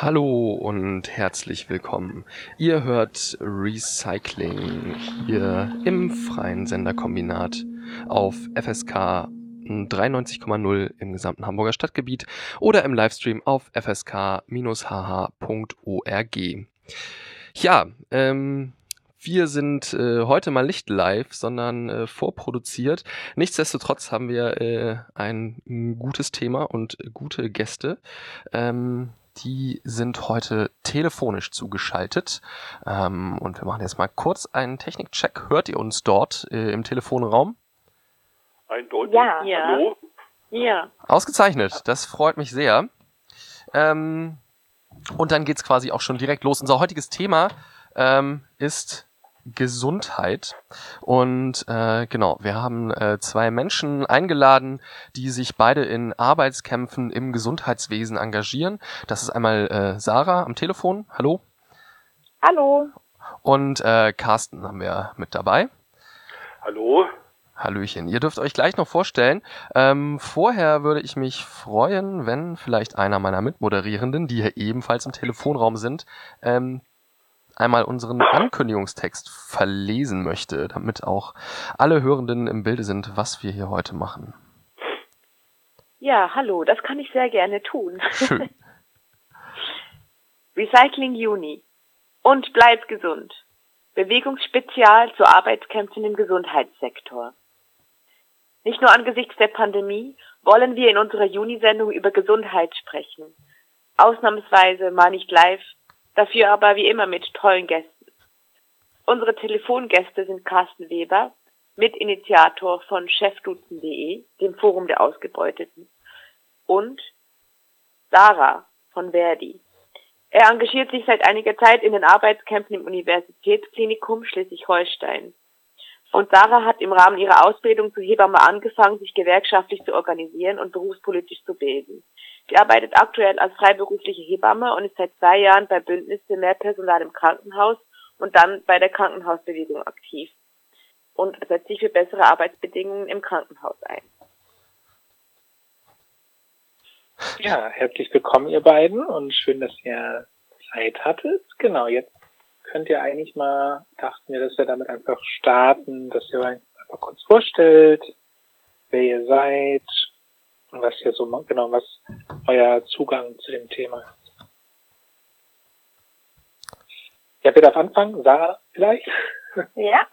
Hallo und herzlich willkommen. Ihr hört Recycling hier im freien Senderkombinat auf FSK 93,0 im gesamten Hamburger Stadtgebiet oder im Livestream auf fsk-hh.org. Ja, wir sind heute mal nicht live, sondern vorproduziert. Nichtsdestotrotz haben wir ein gutes Thema und gute Gäste. Die sind heute telefonisch zugeschaltet. Und wir machen jetzt mal kurz einen Technikcheck. Hört ihr uns dort im Telefonraum? Eindeutig. Ja. Hallo? Ja. Ausgezeichnet, das freut mich sehr. Und dann geht's quasi auch schon direkt los. Unser heutiges Thema ist Gesundheit. Und genau, wir haben zwei Menschen eingeladen, die sich beide in Arbeitskämpfen im Gesundheitswesen engagieren. Das ist einmal Sarah am Telefon. Hallo. Hallo. Und Carsten haben wir mit dabei. Hallo? Hallöchen. Ihr dürft euch gleich noch vorstellen. Vorher würde ich mich freuen, wenn vielleicht einer meiner Mitmoderierenden, die hier ebenfalls im Telefonraum sind, einmal unseren Ankündigungstext verlesen möchte, damit auch alle Hörenden im Bilde sind, was wir hier heute machen. Ja, hallo, das kann ich sehr gerne tun. Schön. Recycling Juni. Und bleibt gesund. Bewegungsspezial zu Arbeitskämpfen im Gesundheitssektor. Nicht nur angesichts der Pandemie wollen wir in unserer Juni-Sendung über Gesundheit sprechen. Ausnahmsweise mal nicht live, dafür aber wie immer mit tollen Gästen. Unsere Telefongäste sind Carsten Weber, Mitinitiator von chefduzen.de, dem Forum der Ausgebeuteten, und Sarah von Verdi. Er engagiert sich seit einiger Zeit in den Arbeitskämpfen im Universitätsklinikum Schleswig-Holstein. Und Sarah hat im Rahmen ihrer Ausbildung zur Hebamme angefangen, sich gewerkschaftlich zu organisieren und berufspolitisch zu bilden. Sie arbeitet aktuell als freiberufliche Hebamme und ist seit 2 Jahren bei Bündnis für mehr Personal im Krankenhaus und dann bei der Krankenhausbewegung aktiv und setzt sich für bessere Arbeitsbedingungen im Krankenhaus ein. Ja, herzlich willkommen ihr beiden und schön, dass ihr Zeit hattet. Genau, jetzt könnt ihr eigentlich mal, dachten wir, dass wir damit einfach starten, dass ihr euch einfach kurz vorstellt, wer ihr seid und was ihr so macht, genau, was euer Zugang zu dem Thema ist. Ja, wer darf anfangen? Sarah vielleicht? Ja,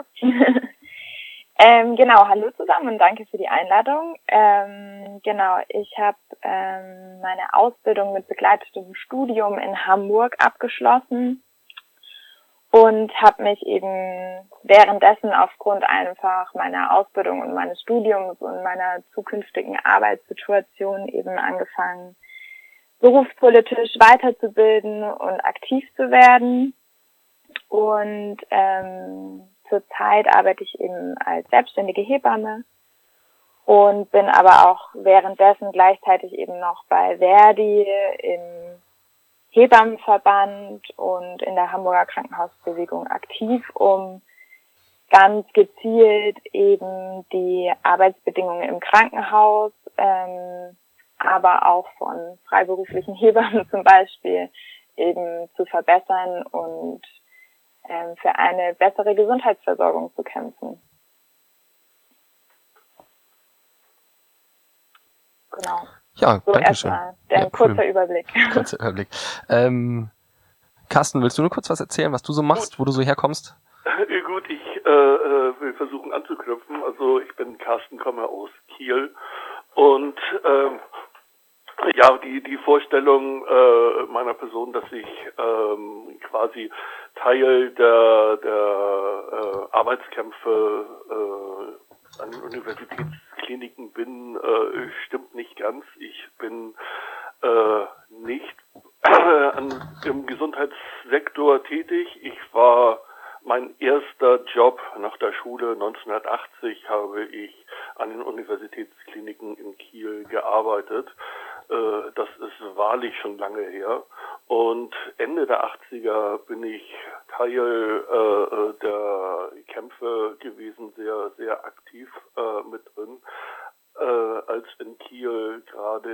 genau, hallo zusammen und danke für die Einladung. Genau, ich habe meine Ausbildung mit begleitetem Studium in Hamburg abgeschlossen und habe mich eben währenddessen aufgrund einfach meiner Ausbildung und meines Studiums und meiner zukünftigen Arbeitssituation eben angefangen, berufspolitisch weiterzubilden und aktiv zu werden. Und zurzeit arbeite ich eben als selbstständige Hebamme und bin aber auch währenddessen gleichzeitig eben noch bei Verdi im Hebammenverband und in der Hamburger Krankenhausbewegung aktiv, um ganz gezielt eben die Arbeitsbedingungen im Krankenhaus, aber auch von freiberuflichen Hebammen zum Beispiel eben zu verbessern und für eine bessere Gesundheitsversorgung zu kämpfen. Genau. Ja, So danke schön. erstmal ein kurzer Überblick. Kurzer Überblick. Carsten, willst du nur kurz was erzählen, was du so machst, wo du so herkommst? Gut, ich will versuchen anzuknüpfen. Also ich bin Carsten, komme aus Kiel und ja, die Vorstellung meiner Person, dass ich quasi Teil der Arbeitskämpfe an den Universitätskliniken bin, stimmt nicht ganz. Ich bin nicht im Gesundheitssektor tätig. Mein erster Job nach der Schule 1980 habe ich an den Universitätskliniken in Kiel gearbeitet. Das ist wahrlich schon lange her. Und Ende der 80er bin ich Teil der Kämpfe gewesen, sehr, sehr aktiv mit drin, als in Kiel gerade im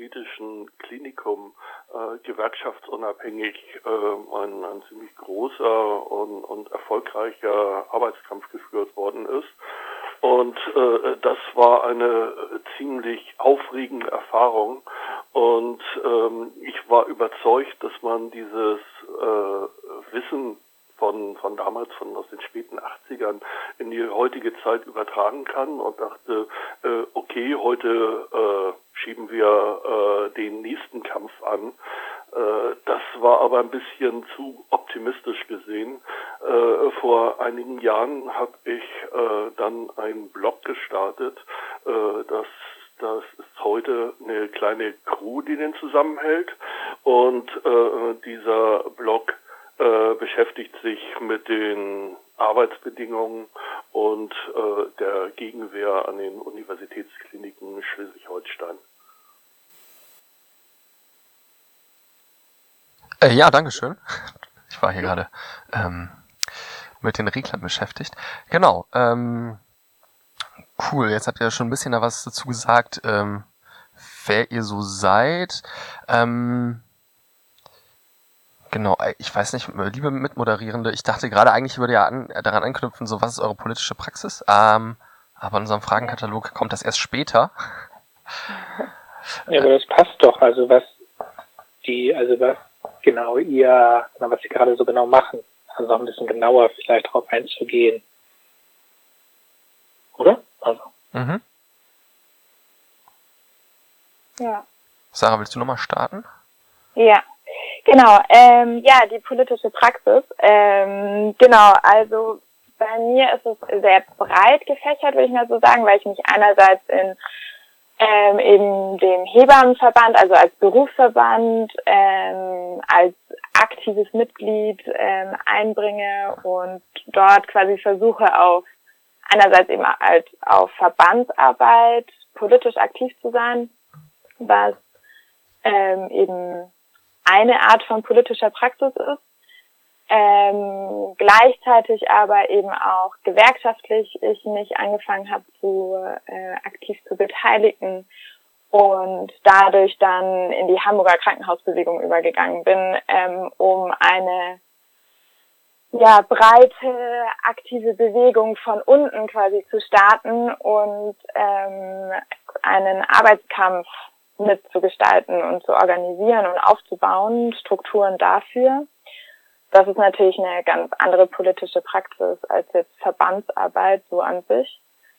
orthopädischen Klinikum gewerkschaftsunabhängig ein ziemlich großer und erfolgreicher Arbeitskampf geführt worden ist. Und das war eine ziemlich aufregende Erfahrung. Und ich war überzeugt, dass man dieses Wissen von damals, aus den späten 80ern in die heutige Zeit übertragen kann und dachte, okay, heute schieben wir den nächsten Kampf an. Das war aber ein bisschen zu optimistisch gesehen. Vor einigen Jahren habe ich dann einen Blog gestartet. Das ist heute eine kleine Crew, die den zusammenhält. Und dieser Blog beschäftigt sich mit den Arbeitsbedingungen und der Gegenwehr an den Universitätskliniken Schleswig-Holstein. Ja, danke schön. Ich war hier gerade mit den Reglern beschäftigt. Genau. Cool, jetzt habt ihr schon ein bisschen da was dazu gesagt, wer ihr so seid. Genau, ich weiß nicht, liebe Mitmoderierende, ich dachte gerade eigentlich, ich würde ja daran anknüpfen, so was ist eure politische Praxis, aber in unserem Fragenkatalog kommt das erst später. Ja, aber das passt doch, also was genau was sie gerade so genau machen, also noch ein bisschen genauer vielleicht drauf einzugehen. Oder? Also. Mhm. Ja. Sarah, willst du nochmal starten? Ja. Genau, die politische Praxis. Genau, also bei mir ist es sehr breit gefächert, würde ich mal so sagen, weil ich mich einerseits in eben dem Hebammenverband, also als Berufsverband, als aktives Mitglied einbringe und dort quasi versuche einerseits eben halt auf Verbandsarbeit politisch aktiv zu sein, was eben eine Art von politischer Praxis ist, gleichzeitig aber eben auch gewerkschaftlich ich mich angefangen habe aktiv zu beteiligen und dadurch dann in die Hamburger Krankenhausbewegung übergegangen bin, um eine breite, aktive Bewegung von unten quasi zu starten und einen Arbeitskampf mitzugestalten und zu organisieren und aufzubauen, Strukturen dafür. Das ist natürlich eine ganz andere politische Praxis als jetzt Verbandsarbeit so an sich.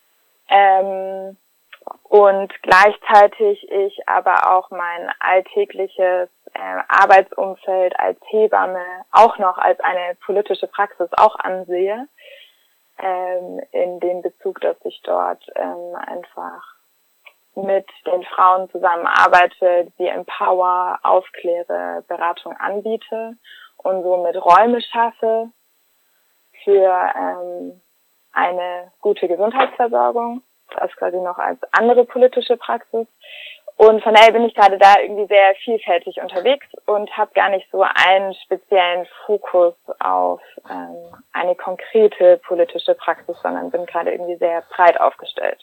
Und gleichzeitig ich aber auch mein alltägliches Arbeitsumfeld als Hebamme auch noch als eine politische Praxis auch ansehe, in dem Bezug, dass ich dort einfach mit den Frauen zusammenarbeite, sie empower, aufkläre, Beratung anbiete und somit Räume schaffe für eine gute Gesundheitsversorgung. Das quasi noch als andere politische Praxis. Und von daher bin ich gerade da irgendwie sehr vielfältig unterwegs und habe gar nicht so einen speziellen Fokus auf eine konkrete politische Praxis, sondern bin gerade irgendwie sehr breit aufgestellt.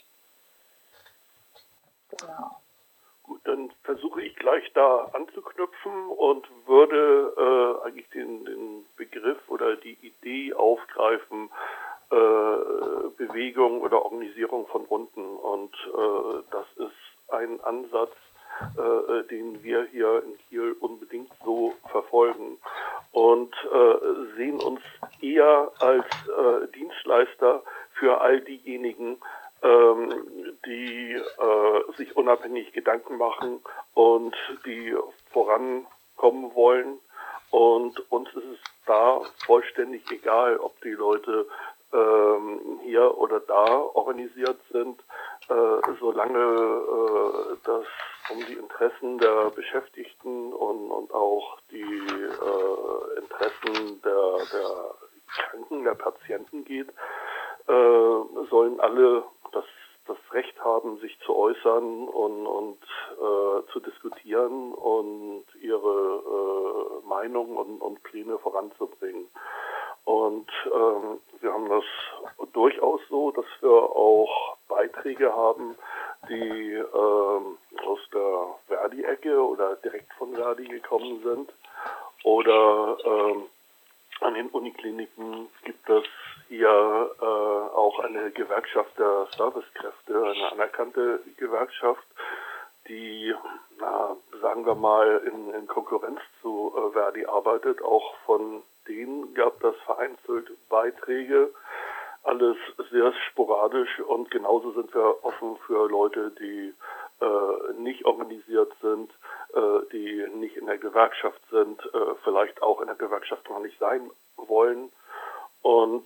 Genau. Gut, dann versuche ich gleich da anzuknüpfen und würde eigentlich den Begriff oder die Idee aufgreifen, Bewegung oder Organisierung von unten. Und das ist ein Ansatz, den wir hier in Kiel unbedingt so verfolgen und sehen uns eher als Dienstleister für all diejenigen, die sich unabhängig Gedanken machen und die vorankommen wollen. Und uns ist es da vollständig egal, ob die Leute hier oder da organisiert sind, solange das um die Interessen der Beschäftigten und auch die Interessen der Kranken, der Patienten geht, sollen alle das Recht haben, sich zu äußern und zu diskutieren und ihre Meinung und Pläne voranzubringen. Und wir haben das durchaus so, dass wir auch Beiträge haben, die aus der Verdi-Ecke oder direkt von Verdi gekommen sind. Oder an den Unikliniken gibt es hier auch eine Gewerkschaft der Servicekräfte, eine anerkannte Gewerkschaft, die, sagen wir mal, in Konkurrenz zu Verdi arbeitet. Auch von denen gab es vereinzelt Beiträge, alles sehr sporadisch, und genauso sind wir offen für Leute, die nicht organisiert sind, die nicht in der Gewerkschaft sind, vielleicht auch in der Gewerkschaft noch nicht sein wollen, und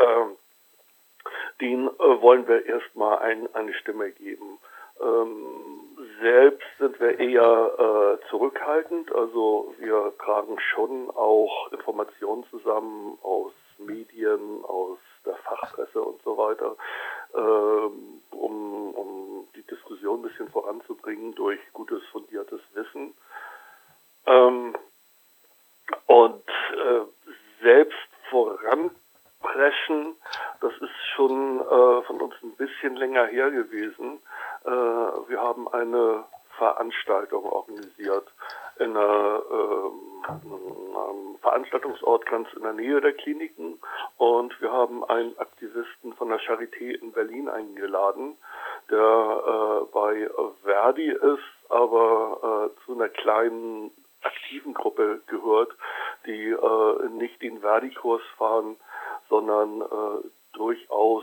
denen wollen wir erstmal eine Stimme geben. Selbst sind wir eher zurückhaltend, also wir tragen schon auch Informationen zusammen aus Medien, aus der Fachpresse und so weiter, um die Diskussion ein bisschen voranzubringen durch gutes, fundiertes Wissen. Und selbst voranpreschen, das ist schon von uns ein bisschen länger her gewesen. Wir haben eine Veranstaltung organisiert in einem Veranstaltungsort ganz in der Nähe der Kliniken, und wir haben einen Aktivisten von der Charité in Berlin eingeladen, der bei Verdi ist, aber zu einer kleinen aktiven Gruppe gehört, die nicht den Verdi-Kurs fahren, sondern durchaus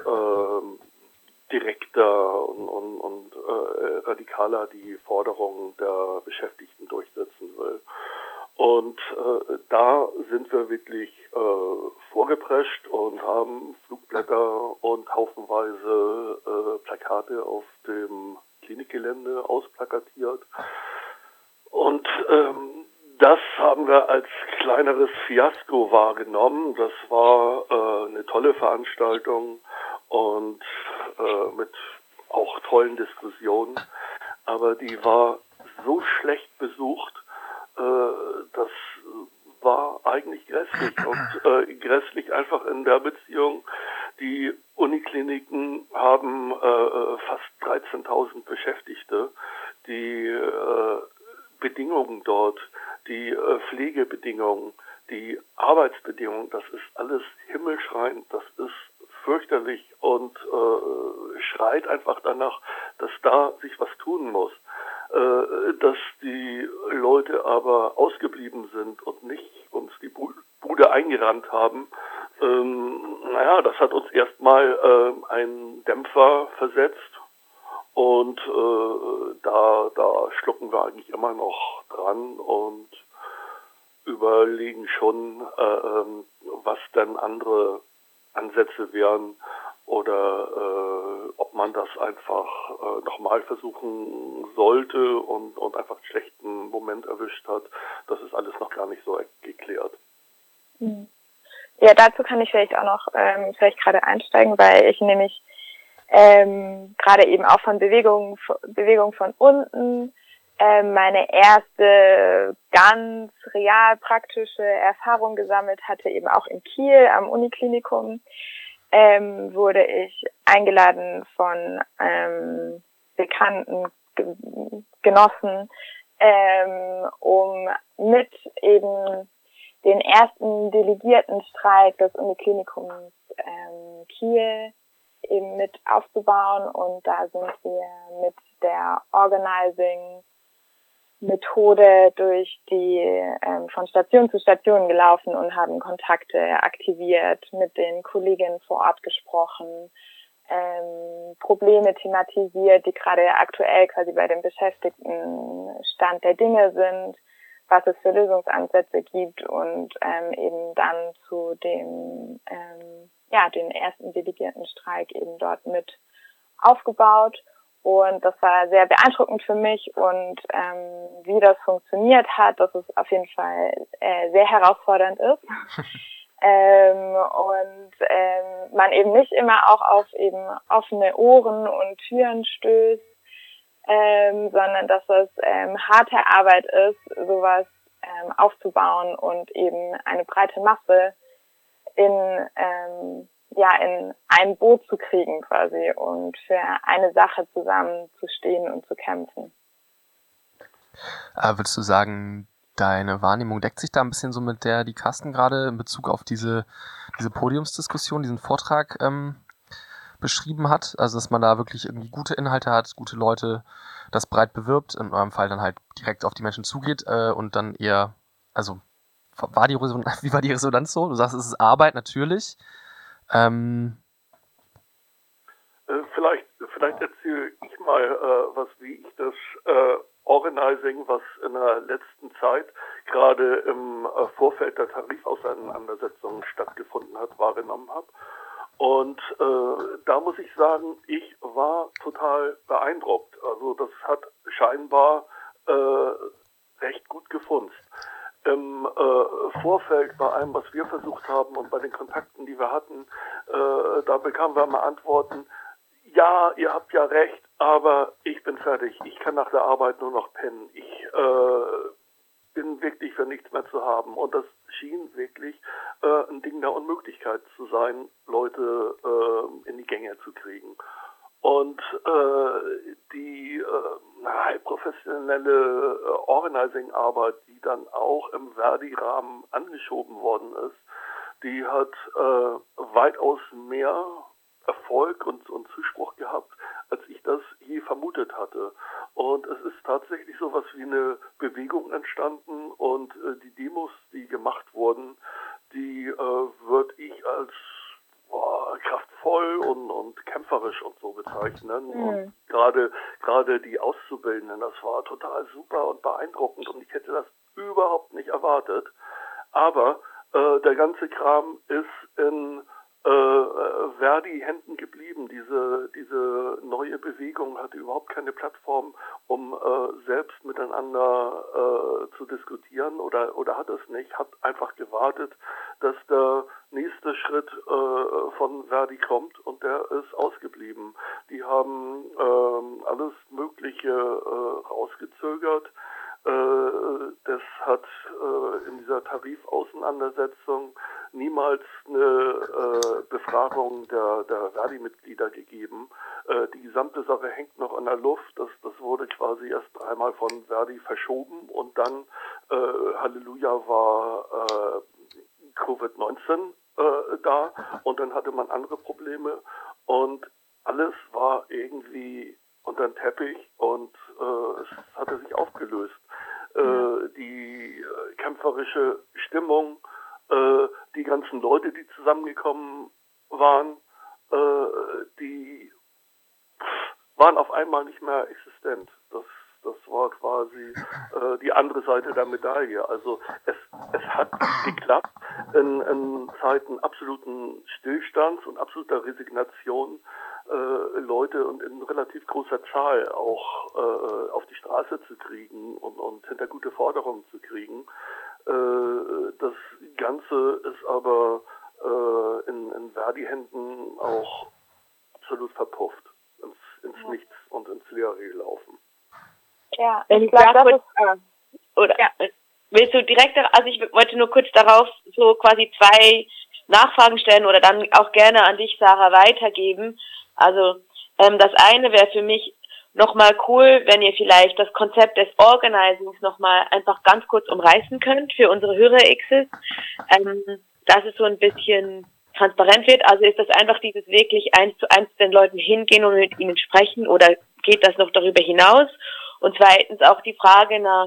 direkter und radikaler die Forderungen der Beschäftigten durchsetzen will. Und da sind wir wirklich vorgeprescht und haben Flugblätter und haufenweise Plakate auf dem Klinikgelände ausplakatiert. Und das haben wir als kleineres Fiasko wahrgenommen. Das war eine tolle Veranstaltung und mit auch tollen Diskussionen. Aber die war so schlecht besucht, das war eigentlich grässlich. Und grässlich einfach in der Beziehung. Die Unikliniken haben fast 13.000 Beschäftigte. Die Bedingungen dort, die Pflegebedingungen, die Arbeitsbedingungen, das ist alles himmelschreiend, das ist fürchterlich und schreit einfach danach, dass da sich was tun muss. Dass die Leute aber ausgeblieben sind und nicht uns die Bude eingerannt haben, das hat uns erstmal einen Dämpfer versetzt. Und da schlucken wir eigentlich immer noch dran und überlegen schon, was denn andere Ansätze wären oder ob man das einfach nochmal versuchen sollte und einfach einen schlechten Moment erwischt hat. Das ist alles noch gar nicht so geklärt. Ja, dazu kann ich vielleicht auch noch vielleicht gerade einsteigen, weil ich nämlich gerade eben auch von Bewegung von unten meine erste ganz real praktische Erfahrung gesammelt hatte, eben auch in Kiel am Uniklinikum, wurde ich eingeladen von bekannten Genossen, um mit eben den ersten Delegiertenstreik des Uniklinikums Kiel eben mit aufzubauen, und da sind wir mit der Organizing-Methode durch die von Station zu Station gelaufen und haben Kontakte aktiviert, mit den Kolleginnen vor Ort gesprochen, Probleme thematisiert, die gerade aktuell quasi bei den Beschäftigten Stand der Dinge sind, was es für Lösungsansätze gibt, und eben dann zu dem den ersten Delegiertenstreik eben dort mit aufgebaut. Und das war sehr beeindruckend für mich, und wie das funktioniert hat, dass es auf jeden Fall sehr herausfordernd ist. Man eben nicht immer auch auf eben offene Ohren und Türen stößt, sondern dass es harte Arbeit ist, sowas aufzubauen und eben eine breite Masse in in ein Boot zu kriegen quasi und für eine Sache zusammenzustehen und zu kämpfen. Würdest du sagen, deine Wahrnehmung deckt sich da ein bisschen so mit der, die Carsten gerade in Bezug auf diese Podiumsdiskussion, diesen Vortrag beschrieben hat? Also, dass man da wirklich irgendwie gute Inhalte hat, gute Leute, das breit bewirbt, in eurem Fall dann halt direkt auf die Menschen zugeht und dann eher, also wie war die Resonanz so? Du sagst, es ist Arbeit, natürlich. Vielleicht erzähle ich mal wie ich das Organizing, was in der letzten Zeit gerade im Vorfeld der Tarifauseinandersetzungen stattgefunden hat, wahrgenommen habe. Und da muss ich sagen, ich war total beeindruckt. Also das hat scheinbar recht gut gefunzt. Im Vorfeld bei allem, was wir versucht haben und bei den Kontakten, die wir hatten, da bekamen wir mal Antworten: Ja, ihr habt ja recht, aber ich bin fertig. Ich kann nach der Arbeit nur noch pennen. Ich bin wirklich für nichts mehr zu haben. Und das schien wirklich ein Ding der Unmöglichkeit zu sein, Leute in die Gänge zu kriegen. Und die professionelle Organizing-Arbeit, die dann auch im Verdi-Rahmen angeschoben worden ist, die hat weitaus mehr Erfolg und Zuspruch gehabt, als ich das je vermutet hatte. Und es ist tatsächlich so was wie eine Bewegung entstanden und die Demos, die gemacht wurden, die würde ich als kraftvoll und kämpferisch und so bezeichnen. Mhm. Und gerade die Auszubildenden, das war total super und beeindruckend und ich hätte das überhaupt nicht erwartet. Aber der ganze Kram ist in Verdi-Händen geblieben. Diese neue Bewegung hatte überhaupt keine Plattform, um selbst miteinander zu diskutieren oder hat es nicht, hat einfach gewartet, dass der nächste Schritt von Verdi kommt und der ist ausgeblieben. Die haben alles Mögliche rausgezögert. Das hat in dieser Tarifauseinandersetzung niemals eine Befragung der Verdi-Mitglieder gegeben. Die gesamte Sache hängt noch an der Luft. Das wurde quasi erst dreimal von Verdi verschoben und dann, Halleluja, war Covid-19 da und dann hatte man andere Probleme und alles war irgendwie unter den Teppich und es hatte sich aufgelöst. Die kämpferische Stimmung, die ganzen Leute, die zusammengekommen waren, die waren auf einmal nicht mehr existent. Das war quasi die andere Seite der Medaille. Also es hat geklappt, in Zeiten absoluten Stillstands und absoluter Resignation Leute und in relativ großer Zahl auch auf die Straße zu kriegen und hinter gute Forderungen zu kriegen. Das Ganze ist aber in Verdi-Händen auch absolut verpufft, ins Nichts und ins Leere gelaufen. Ja, ich glaube, willst du direkt, also ich wollte nur kurz darauf so quasi 2 Nachfragen stellen oder dann auch gerne an dich, Sarah, weitergeben. Also das eine wäre für mich nochmal cool, wenn ihr vielleicht das Konzept des Organizings nochmal einfach ganz kurz umreißen könnt für unsere Hörer-Xs, dass es so ein bisschen transparent wird. Also ist das einfach dieses wirklich 1:1 den Leuten hingehen und mit ihnen sprechen oder geht das noch darüber hinaus? Und zweitens auch die Frage nach,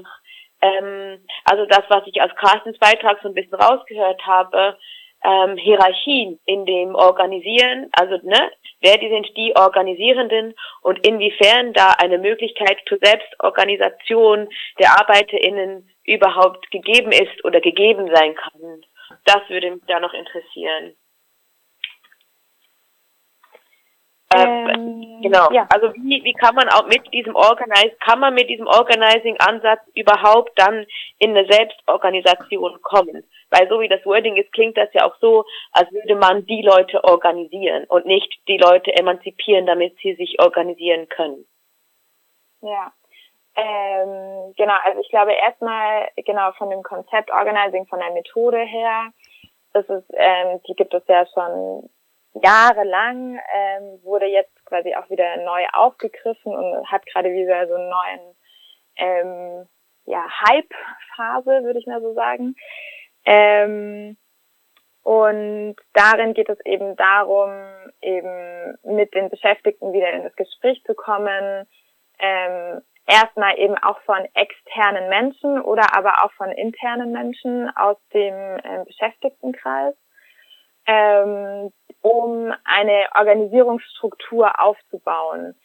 also das, was ich aus Carstens Beitrag so ein bisschen rausgehört habe, Hierarchien in dem Organisieren, also wer sind die Organisierenden und inwiefern da eine Möglichkeit zur Selbstorganisation der ArbeiterInnen überhaupt gegeben ist oder gegeben sein kann. Das würde mich da noch interessieren. Genau. Ja. Also wie kann man auch mit diesem Organizing-Ansatz überhaupt dann in eine Selbstorganisation kommen? Weil so wie das Wording ist, klingt das ja auch so, als würde man die Leute organisieren und nicht die Leute emanzipieren, damit sie sich organisieren können. Ja. Genau, also ich glaube erstmal von dem Konzept Organizing, von der Methode her, die gibt es ja schon jahrelang, wurde jetzt quasi auch wieder neu aufgegriffen und hat gerade wieder so einen neuen Hype-Phase, würde ich mal so sagen. Und darin geht es eben darum, eben mit den Beschäftigten wieder in das Gespräch zu kommen, erstmal eben auch von externen Menschen oder aber auch von internen Menschen aus dem Beschäftigtenkreis, um eine Organisierungsstruktur aufzubauen.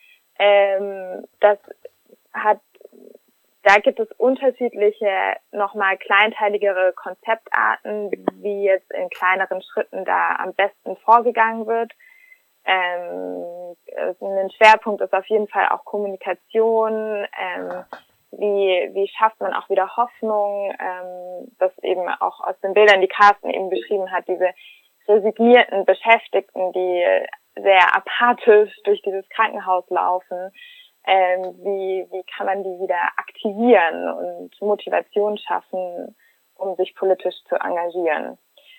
Da gibt es unterschiedliche, nochmal kleinteiligere Konzeptarten, wie jetzt in kleineren Schritten da am besten vorgegangen wird. Ein Schwerpunkt ist auf jeden Fall auch Kommunikation. Wie schafft man auch wieder Hoffnung? Das eben auch aus den Bildern, die Carsten eben beschrieben hat, diese resignierten Beschäftigten, die sehr apathisch durch dieses Krankenhaus laufen. Wie kann man die wieder aktivieren und Motivation schaffen, um sich politisch zu engagieren?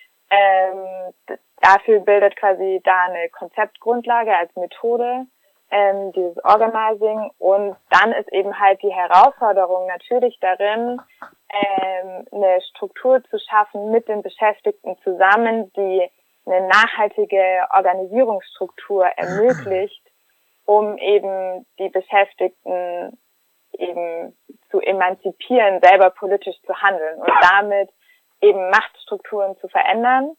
Dafür bildet quasi da eine Konzeptgrundlage als Methode, dieses Organizing. Und dann ist eben halt die Herausforderung natürlich darin, eine Struktur zu schaffen mit den Beschäftigten zusammen, die eine nachhaltige Organisierungsstruktur ermöglicht, um eben die Beschäftigten eben zu emanzipieren, selber politisch zu handeln und damit eben Machtstrukturen zu verändern,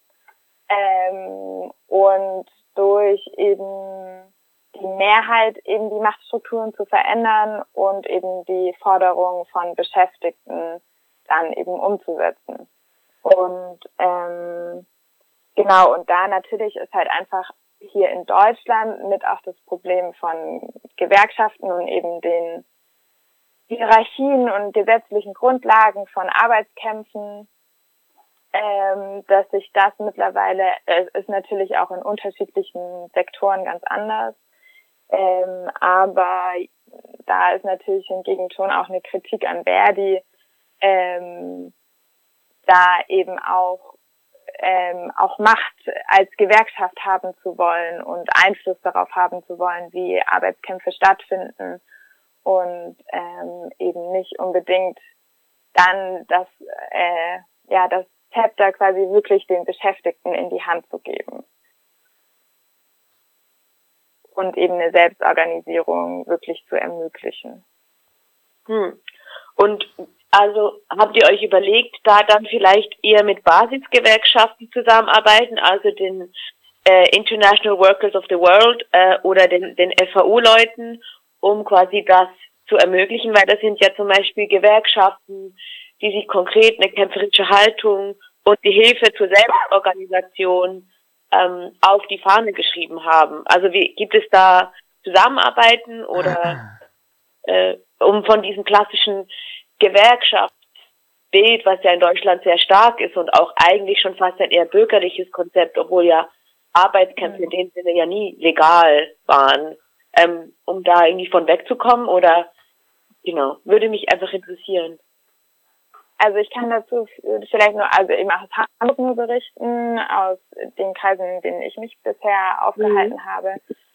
und durch eben die Mehrheit eben die Machtstrukturen zu verändern und eben die Forderungen von Beschäftigten dann eben umzusetzen. Und genau, und da natürlich ist halt einfach hier in Deutschland mit auch das Problem von Gewerkschaften und eben den Hierarchien und gesetzlichen Grundlagen von Arbeitskämpfen, dass sich das mittlerweile, es ist natürlich auch in unterschiedlichen Sektoren ganz anders, aber da ist natürlich hingegen schon auch eine Kritik an Verdi, da eben auch Macht als Gewerkschaft haben zu wollen und Einfluss darauf haben zu wollen, wie Arbeitskämpfe stattfinden und eben nicht unbedingt dann das Zepter quasi wirklich den Beschäftigten in die Hand zu geben und eben eine Selbstorganisierung wirklich zu ermöglichen. Und also habt ihr euch überlegt, da dann vielleicht eher mit Basisgewerkschaften zusammenarbeiten, also den International Workers of the World oder den FAU-Leuten, um quasi das zu ermöglichen, weil das sind ja zum Beispiel Gewerkschaften, die sich konkret eine kämpferische Haltung und die Hilfe zur Selbstorganisation auf die Fahne geschrieben haben. Also gibt es da Zusammenarbeiten oder um von diesem klassischen Gewerkschaftsbild, was ja in Deutschland sehr stark ist und auch eigentlich schon fast ein eher bürgerliches Konzept, obwohl ja Arbeitskämpfe in dem Sinne ja nie legal waren, um da irgendwie von wegzukommen oder, genau, würde mich einfach interessieren. Also ich kann dazu vielleicht nur, also eben aus Hamburg nur berichten, aus den Kreisen, in denen ich mich bisher aufgehalten habe,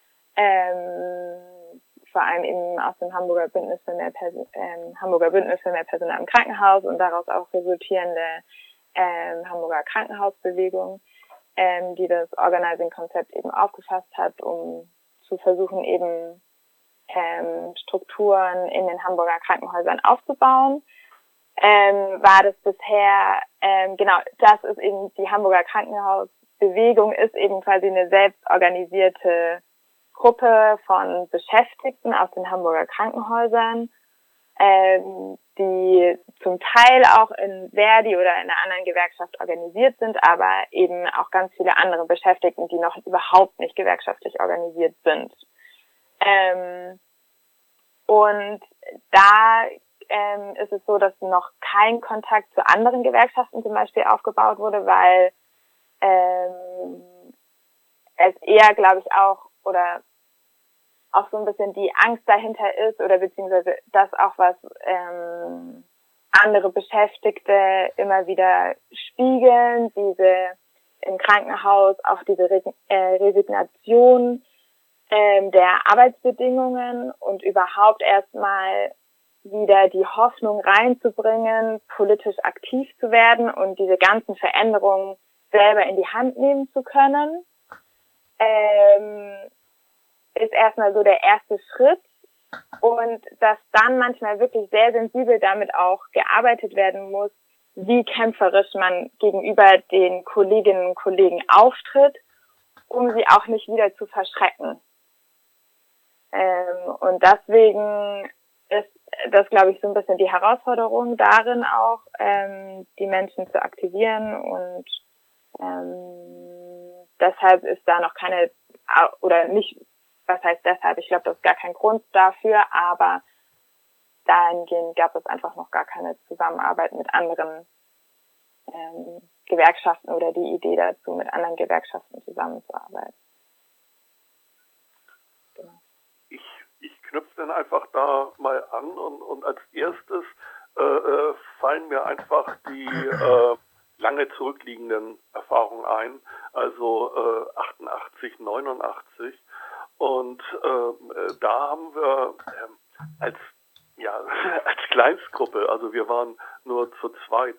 vor allem eben aus dem Hamburger Bündnis für mehr Personal im Krankenhaus und daraus auch resultierende Hamburger Krankenhausbewegung, die das Organizing-Konzept eben aufgefasst hat, um zu versuchen, eben Strukturen in den Hamburger Krankenhäusern aufzubauen. War das bisher, genau, das ist eben die Hamburger Krankenhausbewegung, ist eben quasi eine selbstorganisierte Gruppe von Beschäftigten aus den Hamburger Krankenhäusern, die zum Teil auch in Verdi oder in einer anderen Gewerkschaft organisiert sind, aber eben auch ganz viele andere Beschäftigten, die noch überhaupt nicht gewerkschaftlich organisiert sind. Und da ist es so, dass noch kein Kontakt zu anderen Gewerkschaften zum Beispiel aufgebaut wurde, weil es eher, glaube ich, auch oder auch so ein bisschen die Angst dahinter ist oder beziehungsweise das auch, was andere Beschäftigte immer wieder spiegeln, diese im Krankenhaus auch diese Resignation der Arbeitsbedingungen und überhaupt erstmal wieder die Hoffnung reinzubringen, politisch aktiv zu werden und diese ganzen Veränderungen selber in die Hand nehmen zu können, ist erstmal so der erste Schritt. Und dass dann manchmal wirklich sehr sensibel damit auch gearbeitet werden muss, wie kämpferisch man gegenüber den Kolleginnen und Kollegen auftritt, um sie auch nicht wieder zu verschrecken. Und deswegen ist das, glaube ich, so ein bisschen die Herausforderung darin auch, die Menschen zu aktivieren. Und deshalb ist da noch keine, oder nicht, was heißt deshalb? Ich glaube, das ist gar kein Grund dafür, aber dahingehend gab es einfach noch gar keine Zusammenarbeit mit anderen Gewerkschaften oder die Idee dazu, mit anderen Gewerkschaften zusammenzuarbeiten. Genau. Ich knüpfe dann einfach da mal an und als erstes fallen mir einfach die lange zurückliegenden Erfahrungen ein, also 88, 89. Und da haben wir als Kleinstgruppe, also wir waren nur zu zweit,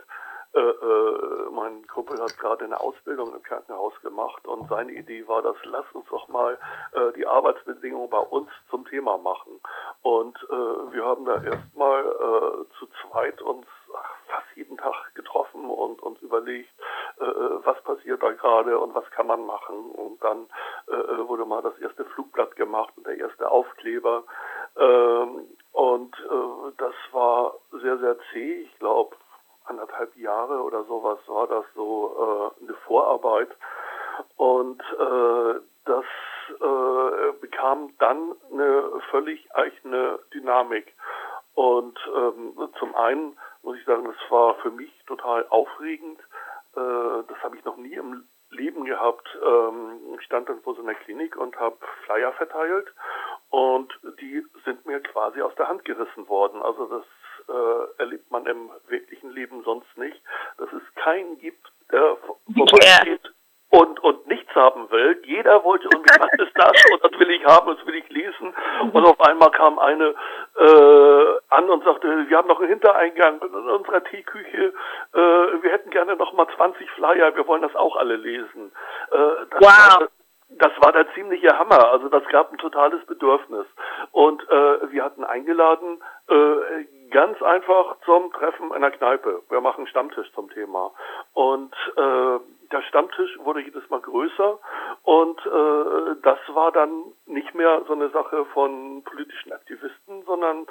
mein Kumpel hat gerade eine Ausbildung im Krankenhaus gemacht und seine Idee war, lass uns doch mal die Arbeitsbedingungen bei uns zum Thema machen. Und wir haben da erstmal zu zweit uns fast jeden Tag getroffen und uns überlegt, was passiert da gerade und was kann man machen. Und dann wurde mal das erste Flugblatt gemacht und der erste Aufkleber. Und das war sehr, sehr zäh. Ich glaube, 1,5 Jahre oder sowas war das so eine Vorarbeit. Und das bekam dann eine völlig eigene Dynamik. Und zum einen muss ich sagen, das war für mich total aufregend. Das habe ich noch nie im Leben gehabt. Ich stand dann vor so einer Klinik und habe Flyer verteilt und die sind mir quasi aus der Hand gerissen worden. Also das erlebt man im wirklichen Leben sonst nicht, dass es keinen gibt, der vorbeigeht und nichts haben will. Jeder wollte unbedingt, was ist das? Und das will ich haben, das will ich lesen. Und auf einmal kam eine an und sagte, wir haben noch einen Hintereingang in unserer Teeküche. Wir hätten gerne noch mal 20 Flyer, wir wollen das auch alle lesen. Das war der ziemliche Hammer. Also das gab ein totales Bedürfnis. Und wir hatten eingeladen, ganz einfach zum Treffen in der Kneipe. Wir machen einen Stammtisch zum Thema. Und der Stammtisch wurde jedes Mal größer und das war dann nicht mehr so eine Sache von politischen Aktivisten, sondern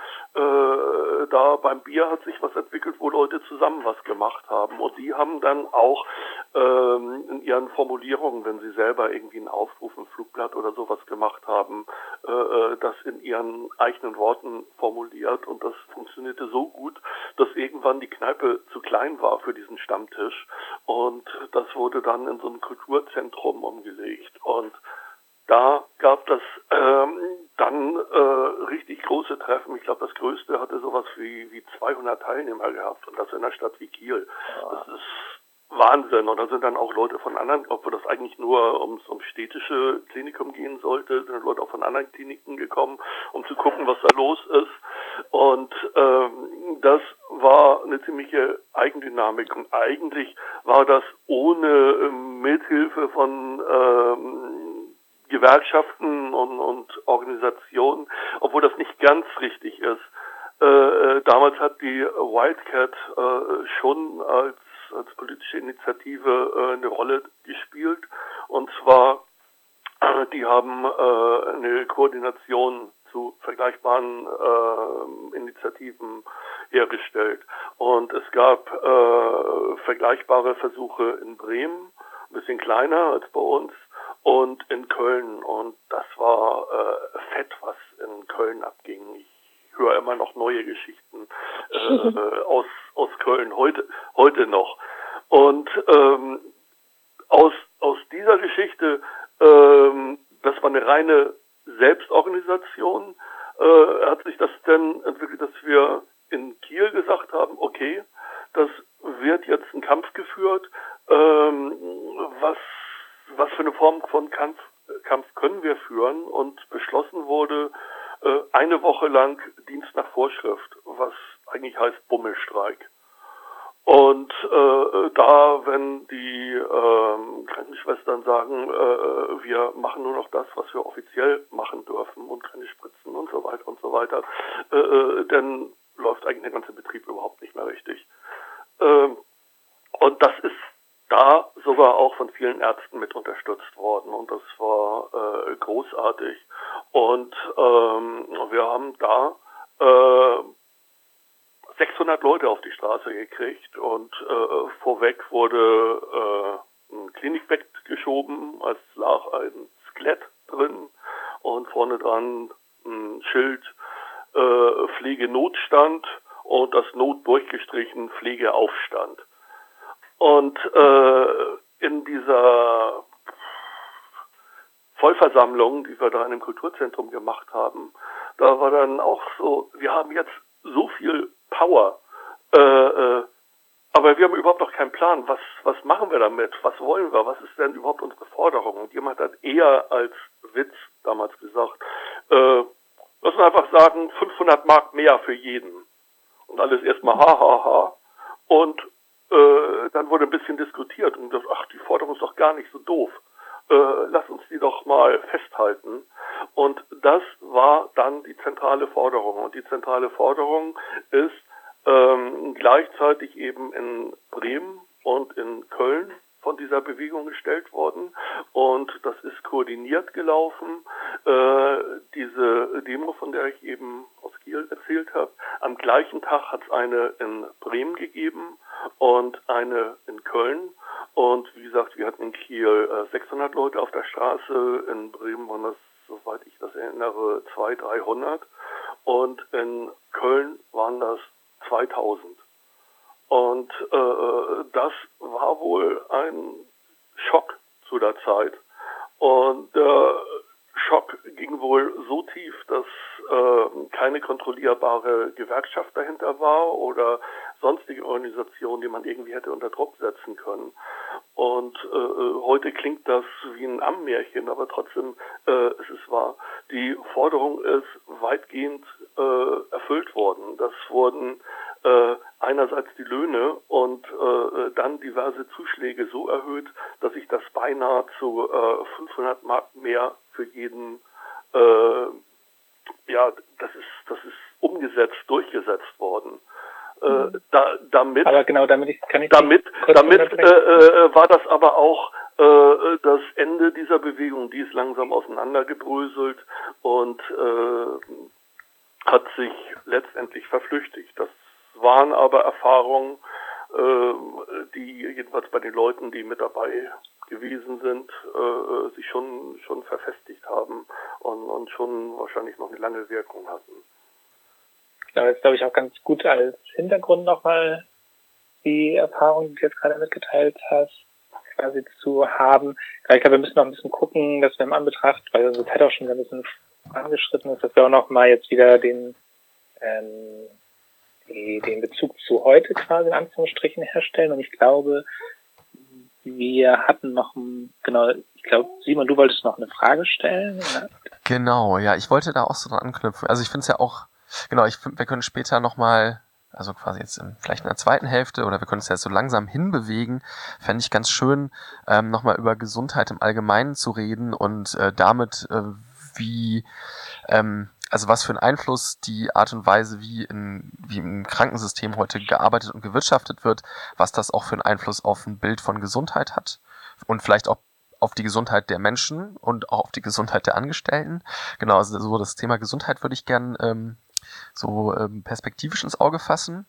da beim Bier hat sich was entwickelt, wo Leute zusammen was gemacht haben. Und die haben dann auch in ihren Formulierungen, wenn sie selber irgendwie einen Aufruf, ein Flugblatt oder sowas gemacht haben, das in ihren eigenen Worten formuliert. Und das funktionierte so gut, dass irgendwann die Kneipe zu klein war für diesen Stammtisch. Und das wurde dann in so ein Kulturzentrum umgelegt. Und da gab es dann richtig große Treffen. Ich glaube, das größte hatte sowas wie 200 Teilnehmer gehabt. Und das in einer Stadt wie Kiel. Das ist Wahnsinn. Und da sind dann auch Leute von anderen, obwohl das eigentlich nur ums städtische Klinikum gehen sollte, sind Leute auch von anderen Kliniken gekommen, um zu gucken, was da los ist. Und das war eine ziemliche Eigendynamik. Und eigentlich war das ohne Mithilfe von Gewerkschaften und Organisationen, obwohl das nicht ganz richtig ist. Damals hat die Wildcat schon als politische Initiative eine Rolle gespielt. Und zwar, die haben eine Koordination zu vergleichbaren Initiativen hergestellt. Und es gab vergleichbare Versuche in Bremen, ein bisschen kleiner als bei uns, und in Köln. Und das war fett, was in Köln abging. Ich höre immer noch neue Geschichten aus Köln, heute noch. Und aus dieser Geschichte, das war eine reine Selbstorganisation, hat sich das dann entwickelt, dass wir in Kiel gesagt haben, okay, das wird jetzt ein Kampf geführt, was für eine Form von Kampf können wir führen, und beschlossen wurde, eine Woche lang Dienst nach Vorschrift, was eigentlich heißt Bummelstreik. Und wenn die Krankenschwestern sagen, wir machen nur noch das, was wir offiziell machen dürfen und keine Spritzen und so weiter, dann läuft eigentlich der ganze Betrieb überhaupt nicht mehr richtig. Und das ist da sogar auch von vielen Ärzten mit unterstützt worden, und das war großartig. Und wir haben da 600 Leute auf die Straße gekriegt, und vorweg wurde ein Klinikbett geschoben, als lag ein Skelett drin, und vorne dran ein Schild Pflegenotstand und das Not durchgestrichen Pflegeaufstand. Und in dieser Vollversammlung, die wir da in dem Kulturzentrum gemacht haben, da war dann auch so, wir haben jetzt so viel Power, aber wir haben überhaupt noch keinen Plan. Was machen wir damit? Was wollen wir? Was ist denn überhaupt unsere Forderung? Und jemand hat eher als Witz damals gesagt, lass uns einfach sagen, 500 Mark mehr für jeden. Und alles erstmal ha. Und dann wurde ein bisschen diskutiert und gesagt, ach, die Forderung ist doch gar nicht so doof. Lass uns die doch mal festhalten. Und das war dann die zentrale Forderung. Und die zentrale Forderung ist gleichzeitig eben in Bremen und in Köln von dieser Bewegung gestellt worden. Und das ist koordiniert gelaufen. Diese Demo, von der ich eben aus Kiel erzählt habe, am gleichen Tag hat es eine in Bremen gegeben und eine in Köln. Und wie gesagt, wir hatten in Kiel 600 Leute auf der Straße, in Bremen waren das, soweit ich das erinnere, 200-300, und in Köln waren das 2000. Und das war wohl ein Schock zu der Zeit. Und der Schock ging wohl so tief, dass keine kontrollierbare Gewerkschaft dahinter war oder sonstige Organisation, die man irgendwie hätte unter Druck setzen können. Und heute klingt das wie ein Ammenmärchen, aber trotzdem es ist wahr. Die Forderung ist weitgehend erfüllt worden. Das wurden einerseits die Löhne und dann diverse Zuschläge so erhöht, dass sich das beinahe zu 500 Mark mehr für jeden, das ist umgesetzt, durchgesetzt worden. Damit war das aber auch das Ende dieser Bewegung. Die ist langsam auseinandergebröselt und hat sich letztendlich verflüchtigt. Das waren aber Erfahrungen, die jedenfalls bei den Leuten, die mit dabei gewesen sind, sich schon verfestigt haben und schon wahrscheinlich noch eine lange Wirkung hatten. Genau, das ist, glaube ich, auch ganz gut als Hintergrund nochmal die Erfahrung, die du jetzt gerade mitgeteilt hast, quasi zu haben. Ich glaube, wir müssen noch ein bisschen gucken, dass wir im Anbetracht, weil unsere Zeit auch schon ein bisschen angeschritten ist, dass wir auch nochmal jetzt wieder den Bezug zu heute quasi in Anführungsstrichen herstellen. Und ich glaube, wir hatten noch ich glaube, Simon, du wolltest noch eine Frage stellen, oder? Genau, ja, ich wollte da auch so dran anknüpfen. Also ich finde es ja auch, genau, ich finde, wir können später nochmal, also quasi jetzt vielleicht in der zweiten Hälfte, oder wir können es ja so langsam hinbewegen, fände ich ganz schön, nochmal über Gesundheit im Allgemeinen zu reden und damit also was für einen Einfluss die Art und Weise, wie im Krankensystem heute gearbeitet und gewirtschaftet wird, was das auch für einen Einfluss auf ein Bild von Gesundheit hat und vielleicht auch auf die Gesundheit der Menschen und auch auf die Gesundheit der Angestellten. Genau, also so das Thema Gesundheit würde ich gern perspektivisch ins Auge fassen.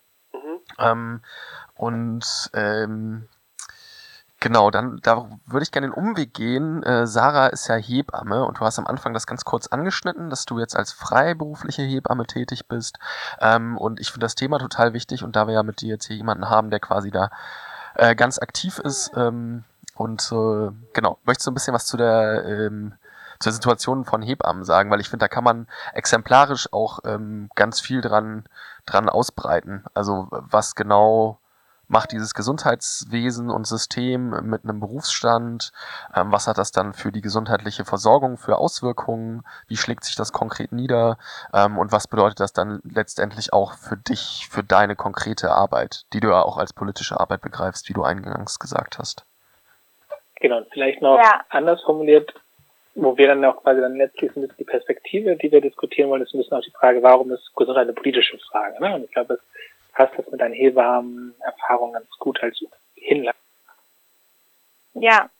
Genau, dann da würde ich gerne den Umweg gehen. Sarah ist ja Hebamme und du hast am Anfang das ganz kurz angeschnitten, dass du jetzt als freiberufliche Hebamme tätig bist. Und ich finde das Thema total wichtig, und da wir ja mit dir jetzt hier jemanden haben, der quasi da ganz aktiv ist, genau, möchtest du ein bisschen was zur Situation von Hebammen sagen, weil ich finde, da kann man exemplarisch auch ganz viel dran ausbreiten. Also was genau macht dieses Gesundheitswesen und System mit einem Berufsstand? Was hat das dann für die gesundheitliche Versorgung für Auswirkungen? Wie schlägt sich das konkret nieder? Und was bedeutet das dann letztendlich auch für dich, für deine konkrete Arbeit, die du ja auch als politische Arbeit begreifst, wie du eingangs gesagt hast? Genau, und vielleicht noch anders formuliert, wo wir dann auch quasi dann letztlich ein bisschen die Perspektive, die wir diskutieren wollen, ist ein bisschen auch die Frage, warum ist Gesundheit eine politische Frage? Ne? Und ich glaube, es passt das mit deinen Hebammen-Erfahrungen ganz gut als Hinweis. Ja,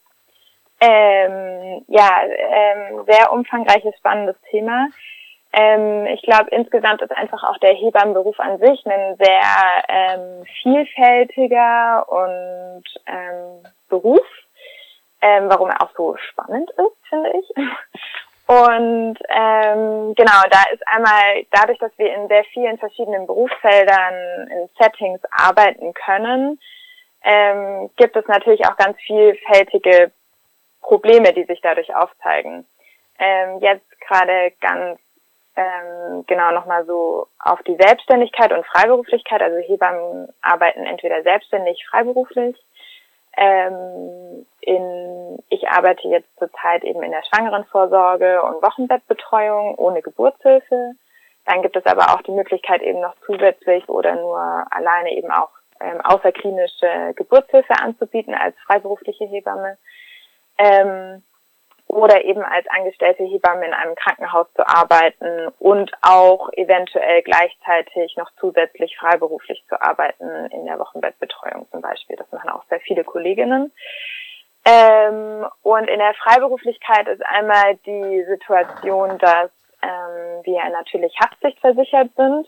sehr umfangreiches, spannendes Thema. Ich glaube, insgesamt ist einfach auch der Hebammenberuf an sich ein sehr vielfältiger und Beruf, warum er auch so spannend ist, finde ich. Und genau, da ist einmal dadurch, dass wir in sehr vielen verschiedenen Berufsfeldern in Settings arbeiten können, gibt es natürlich auch ganz vielfältige Probleme, die sich dadurch aufzeigen. Jetzt gerade ganz genau nochmal so auf die Selbstständigkeit und Freiberuflichkeit. Also Hebammen arbeiten entweder selbstständig, freiberuflich. Ich arbeite jetzt zurzeit eben in der Schwangerenvorsorge und Wochenbettbetreuung ohne Geburtshilfe. Dann gibt es aber auch die Möglichkeit eben noch zusätzlich oder nur alleine eben auch außerklinische Geburtshilfe anzubieten als freiberufliche Hebamme. Oder eben als angestellte Hebamme in einem Krankenhaus zu arbeiten und auch eventuell gleichzeitig noch zusätzlich freiberuflich zu arbeiten in der Wochenbettbetreuung zum Beispiel. Das machen auch sehr viele Kolleginnen. Und in der Freiberuflichkeit ist einmal die Situation, dass wir natürlich haftpflichtversichert sind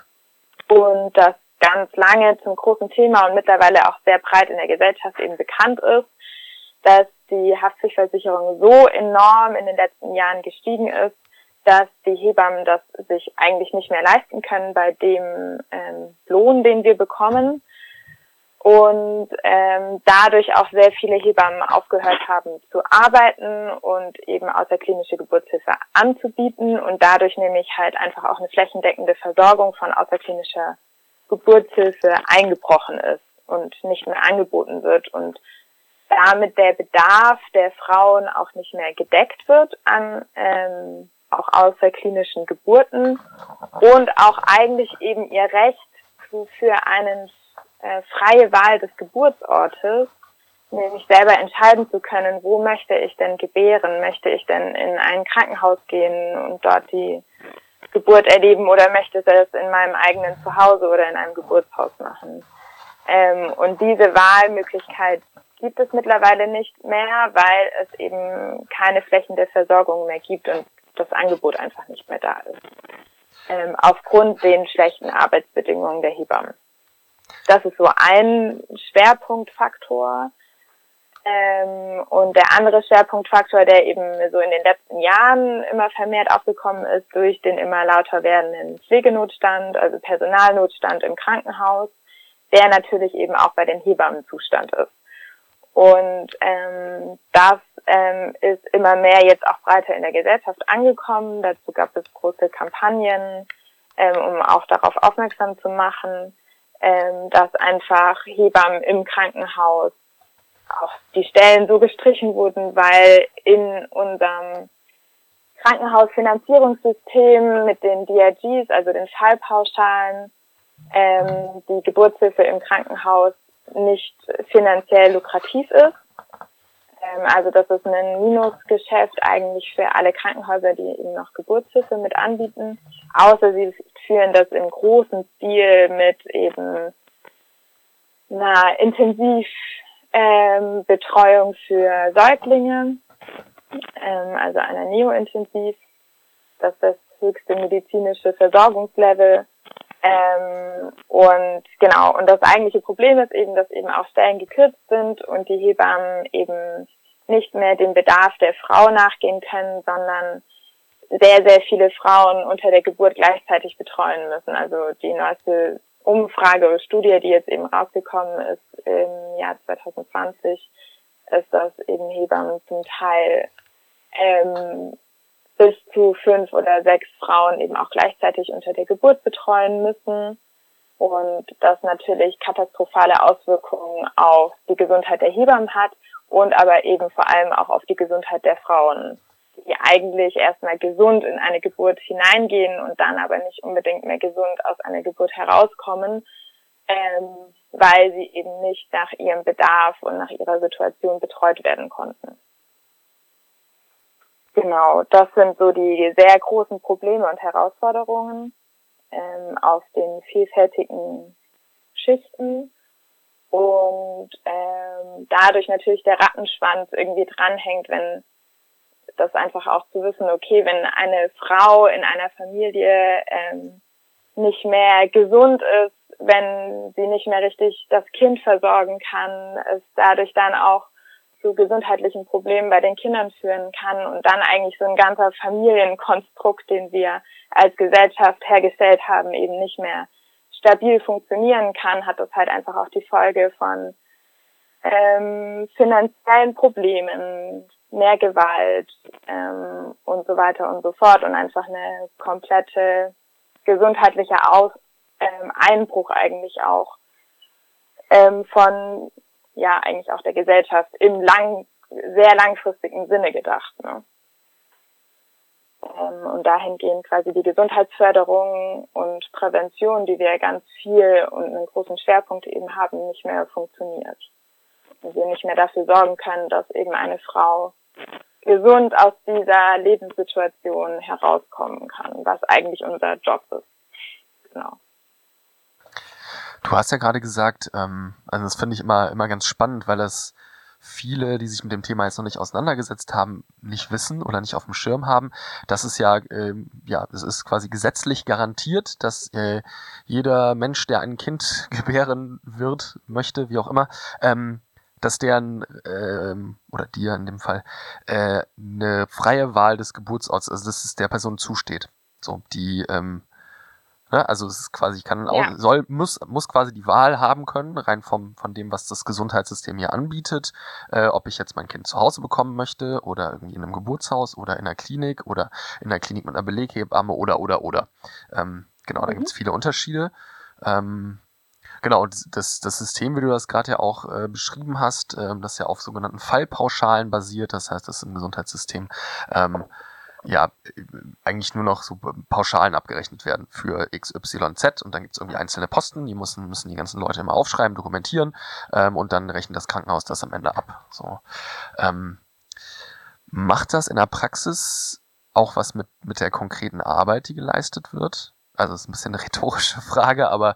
und das ganz lange zum großen Thema und mittlerweile auch sehr breit in der Gesellschaft eben bekannt ist, dass die Haftpflichtversicherung so enorm in den letzten Jahren gestiegen ist, dass die Hebammen das sich eigentlich nicht mehr leisten können bei dem Lohn, den wir bekommen. Und dadurch auch sehr viele Hebammen aufgehört haben zu arbeiten und eben außerklinische Geburtshilfe anzubieten und dadurch nämlich halt einfach auch eine flächendeckende Versorgung von außerklinischer Geburtshilfe eingebrochen ist und nicht mehr angeboten wird und damit der Bedarf der Frauen auch nicht mehr gedeckt wird an auch außerklinischen Geburten und auch eigentlich eben ihr Recht für einen freie Wahl des Geburtsortes, nämlich selber entscheiden zu können, wo möchte ich denn gebären, möchte ich denn in ein Krankenhaus gehen und dort die Geburt erleben oder möchte ich das in meinem eigenen Zuhause oder in einem Geburtshaus machen. Und diese Wahlmöglichkeit gibt es mittlerweile nicht mehr, weil es eben keine flächendeckende Versorgung mehr gibt und das Angebot einfach nicht mehr da ist. Aufgrund den schlechten Arbeitsbedingungen der Hebammen. Das ist so ein Schwerpunktfaktor. Und der andere Schwerpunktfaktor, der eben so in den letzten Jahren immer vermehrt aufgekommen ist durch den immer lauter werdenden Pflegenotstand, also Personalnotstand im Krankenhaus, der natürlich eben auch bei den Hebammen Zustand ist. Und das ist immer mehr jetzt auch breiter in der Gesellschaft angekommen. Dazu gab es große Kampagnen, um auch darauf aufmerksam zu machen, dass einfach Hebammen im Krankenhaus auch die Stellen so gestrichen wurden, weil in unserem Krankenhausfinanzierungssystem mit den DRGs, also den Fallpauschalen, die Geburtshilfe im Krankenhaus nicht finanziell lukrativ ist. Also das ist ein Minusgeschäft eigentlich für alle Krankenhäuser, die eben noch Geburtshilfe mit anbieten. Außer sie führen das im großen Stil mit eben einer Intensivbetreuung für Säuglinge, also einer Neointensiv. Das ist das höchste medizinische Versorgungslevel. Und genau, und das eigentliche Problem ist eben, dass eben auch Stellen gekürzt sind und die Hebammen eben nicht mehr dem Bedarf der Frau nachgehen können, sondern sehr, sehr viele Frauen unter der Geburt gleichzeitig betreuen müssen. Also die neueste Umfrage oder Studie, die jetzt eben rausgekommen ist im Jahr 2020, ist, dass eben Hebammen zum Teil bis zu 5 oder 6 Frauen eben auch gleichzeitig unter der Geburt betreuen müssen. und das natürlich katastrophale Auswirkungen auf die Gesundheit der Hebammen hat und aber eben vor allem auch auf die Gesundheit der Frauen, die eigentlich erstmal gesund in eine Geburt hineingehen und dann aber nicht unbedingt mehr gesund aus einer Geburt herauskommen, weil sie eben nicht nach ihrem Bedarf und nach ihrer Situation betreut werden konnten. Genau, das sind so die sehr großen Probleme und Herausforderungen auf den vielfältigen Schichten und dadurch natürlich der Rattenschwanz irgendwie dranhängt, wenn das einfach auch zu wissen, okay, wenn eine Frau in einer Familie nicht mehr gesund ist, wenn sie nicht mehr richtig das Kind versorgen kann, es dadurch dann auch zu gesundheitlichen Problemen bei den Kindern führen kann und dann eigentlich so ein ganzer Familienkonstrukt, den wir als Gesellschaft hergestellt haben, eben nicht mehr stabil funktionieren kann, hat das halt einfach auch die Folge von finanziellen Problemen, mehr Gewalt und so weiter und so fort und einfach eine komplette gesundheitliche Einbruch eigentlich auch von eigentlich auch der Gesellschaft im sehr langfristigen Sinne gedacht. Ne? Und dahingehend quasi die Gesundheitsförderung und Prävention, die wir ganz viel und einen großen Schwerpunkt eben haben, nicht mehr funktioniert. Und wir nicht mehr dafür sorgen können, dass eben eine Frau gesund aus dieser Lebenssituation herauskommen kann, was eigentlich unser Job ist. Genau. Du hast ja gerade gesagt, also das finde ich immer ganz spannend, weil das viele, die sich mit dem Thema jetzt noch nicht auseinandergesetzt haben, nicht wissen oder nicht auf dem Schirm haben. Das ist es ist quasi gesetzlich garantiert, dass jeder Mensch, der ein Kind gebären möchte, wie auch immer, dass der oder dir in dem Fall eine freie Wahl des Geburtsorts, also dass es der Person zusteht. So, die also es ist quasi, muss quasi die Wahl haben können, rein von dem, was das Gesundheitssystem hier anbietet, ob ich jetzt mein Kind zu Hause bekommen möchte oder irgendwie in einem Geburtshaus oder in einer Klinik oder in einer Klinik mit einer Beleghebamme oder. Genau, da gibt es viele Unterschiede. Genau, das System, wie du das gerade ja auch beschrieben hast, das ja auf sogenannten Fallpauschalen basiert, das heißt, das im Gesundheitssystem eigentlich nur noch so Pauschalen abgerechnet werden für XYZ und dann gibt es irgendwie einzelne Posten, die müssen die ganzen Leute immer aufschreiben, dokumentieren und dann rechnet das Krankenhaus das am Ende ab. So. Macht das in der Praxis auch was mit der konkreten Arbeit, die geleistet wird? Also das ist ein bisschen eine rhetorische Frage, aber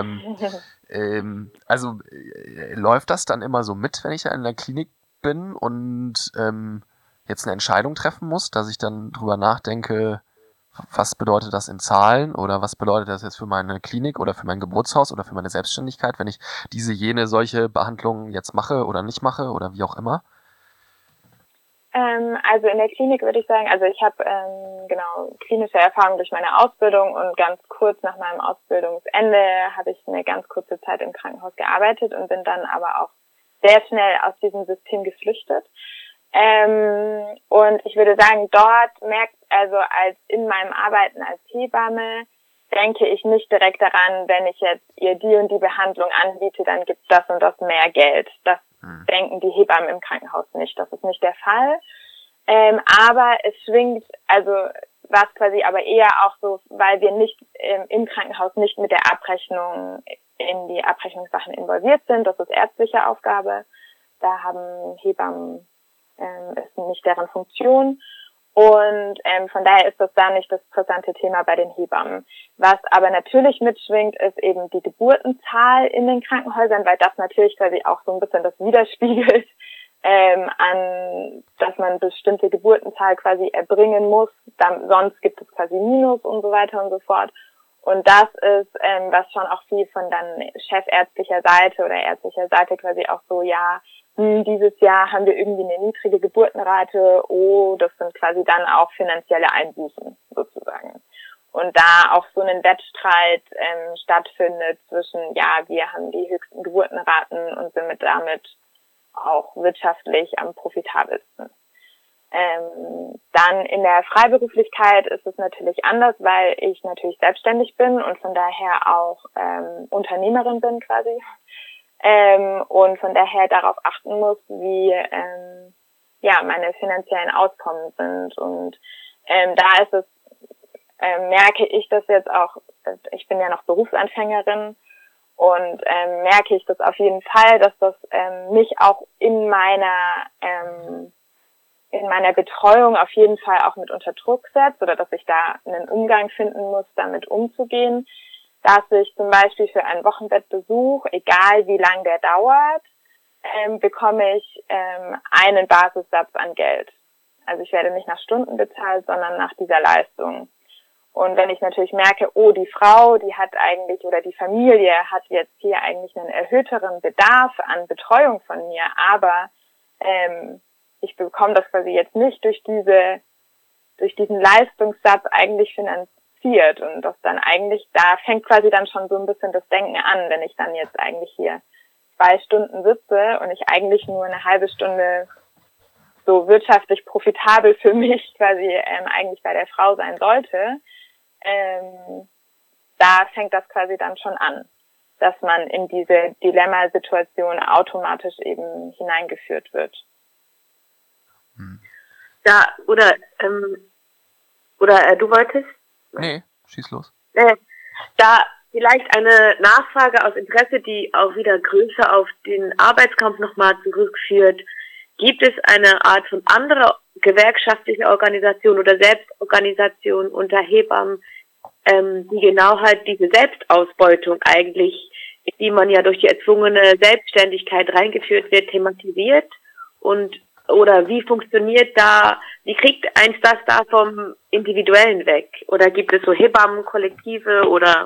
läuft das dann immer so mit, wenn ich in der Klinik bin und jetzt eine Entscheidung treffen muss, dass ich dann drüber nachdenke, was bedeutet das in Zahlen oder was bedeutet das jetzt für meine Klinik oder für mein Geburtshaus oder für meine Selbstständigkeit, wenn ich solche Behandlungen jetzt mache oder nicht mache oder wie auch immer? Also in der Klinik würde ich sagen, also ich habe klinische Erfahrung durch meine Ausbildung und ganz kurz nach meinem Ausbildungsende habe ich eine ganz kurze Zeit im Krankenhaus gearbeitet und bin dann aber auch sehr schnell aus diesem System geflüchtet. Und ich würde sagen, dort als in meinem Arbeiten als Hebamme, denke ich nicht direkt daran, wenn ich jetzt ihr die und die Behandlung anbiete, dann gibt es das und das mehr Geld. Das denken die Hebammen im Krankenhaus nicht. Das ist nicht der Fall. Aber es schwingt, also was quasi aber eher auch so, weil wir nicht im Krankenhaus nicht mit der Abrechnung in die Abrechnungssachen involviert sind. Das ist ärztliche Aufgabe. Da haben Hebammen ist nicht deren Funktion und von daher ist das da nicht das brisante Thema bei den Hebammen. Was aber natürlich mitschwingt, ist eben die Geburtenzahl in den Krankenhäusern, weil das natürlich quasi auch so ein bisschen das widerspiegelt, dass man bestimmte Geburtenzahl quasi erbringen muss, sonst gibt es quasi Minus und so weiter und so fort. Und das ist, was schon auch viel von dann chefärztlicher Seite oder ärztlicher Seite quasi auch so, dieses Jahr haben wir irgendwie eine niedrige Geburtenrate, das sind quasi dann auch finanzielle Einbußen sozusagen. Und da auch so ein Wettstreit stattfindet zwischen, wir haben die höchsten Geburtenraten und sind damit auch wirtschaftlich am profitabelsten. Dann in der Freiberuflichkeit ist es natürlich anders, weil ich natürlich selbstständig bin und von daher auch Unternehmerin bin quasi. Und von daher darauf achten muss, wie meine finanziellen Auskommen sind. Und da ist es, merke ich das jetzt auch, ich bin ja noch Berufsanfängerin und merke ich das auf jeden Fall, dass das mich auch in meiner Betreuung auf jeden Fall auch mit unter Druck setzt oder dass ich da einen Umgang finden muss, damit umzugehen, dass ich zum Beispiel für einen Wochenbettbesuch, egal wie lang der dauert, bekomme ich einen Basissatz an Geld. Also ich werde nicht nach Stunden bezahlt, sondern nach dieser Leistung. Und wenn ich natürlich merke, oh, die Frau, die hat eigentlich, oder die Familie hat jetzt hier eigentlich einen erhöhteren Bedarf an Betreuung von mir, aber ich bekomme das quasi jetzt nicht durch diesen Leistungssatz eigentlich finanziert. Und das dann eigentlich, da fängt quasi dann schon so ein bisschen das Denken an, wenn ich dann jetzt eigentlich hier 2 Stunden sitze und ich eigentlich nur eine halbe Stunde so wirtschaftlich profitabel für mich quasi eigentlich bei der Frau sein sollte, da fängt das quasi dann schon an, dass man in diese Dilemmasituation automatisch eben hineingeführt wird. Da, oder du wolltest? Nee, schieß los. Da vielleicht eine Nachfrage aus Interesse, die auch wieder größer auf den Arbeitskampf nochmal zurückführt. Gibt es eine Art von anderer gewerkschaftlicher Organisation oder Selbstorganisation unter Hebammen, die genau halt diese Selbstausbeutung eigentlich, die man ja durch die erzwungene Selbstständigkeit reingeführt wird, thematisiert? Und oder wie funktioniert da, wie kriegt eins das da vom Individuellen weg? Oder gibt es so Hebammenkollektive oder?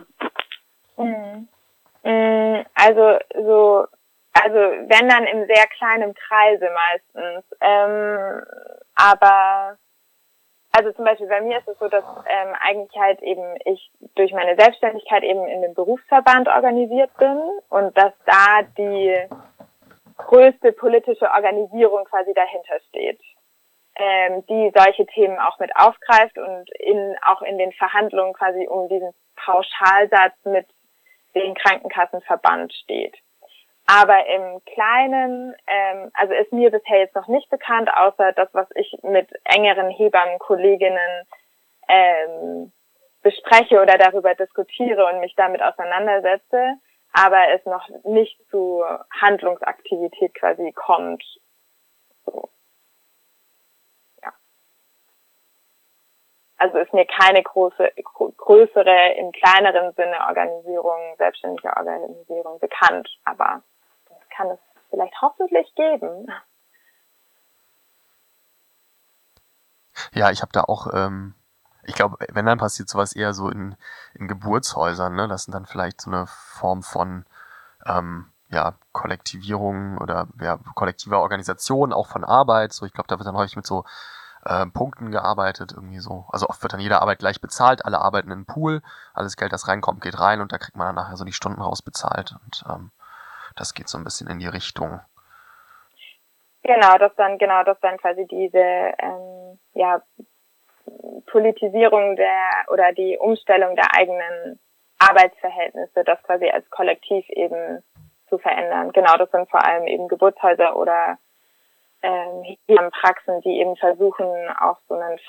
Also wenn dann im sehr kleinen Kreise meistens. Aber also zum Beispiel bei mir ist es so, dass eigentlich halt eben ich durch meine Selbstständigkeit eben in dem Berufsverband organisiert bin und dass da die größte politische Organisation quasi dahinter steht, die solche Themen auch mit aufgreift und auch in den Verhandlungen quasi um diesen Pauschalsatz mit dem Krankenkassenverband steht. Aber im Kleinen, also ist mir bisher jetzt noch nicht bekannt, außer das, was ich mit engeren Hebammenkolleginnen bespreche oder darüber diskutiere und mich damit auseinandersetze, aber es noch nicht zu Handlungsaktivität quasi kommt. So. Ja. Also ist mir keine größere, im kleineren Sinne selbstständige Organisation bekannt, aber das kann es vielleicht hoffentlich geben. Ja, ich habe da auch, ich glaube, wenn dann passiert sowas eher so in Geburtshäusern, ne? Das sind dann vielleicht so eine Form von Kollektivierung oder kollektiver Organisation, auch von Arbeit. So, ich glaube, da wird dann häufig mit so Punkten gearbeitet, irgendwie so. Also oft wird dann jede Arbeit gleich bezahlt, alle arbeiten in einen Pool, alles Geld, das reinkommt, geht rein und da kriegt man dann nachher so die Stunden rausbezahlt und das geht so ein bisschen in die Richtung. Genau, dass dann quasi diese Politisierung oder die Umstellung der eigenen Arbeitsverhältnisse, das quasi als Kollektiv eben zu verändern. Genau, das sind vor allem eben Geburtshäuser oder Praxen, die eben versuchen, auch so ein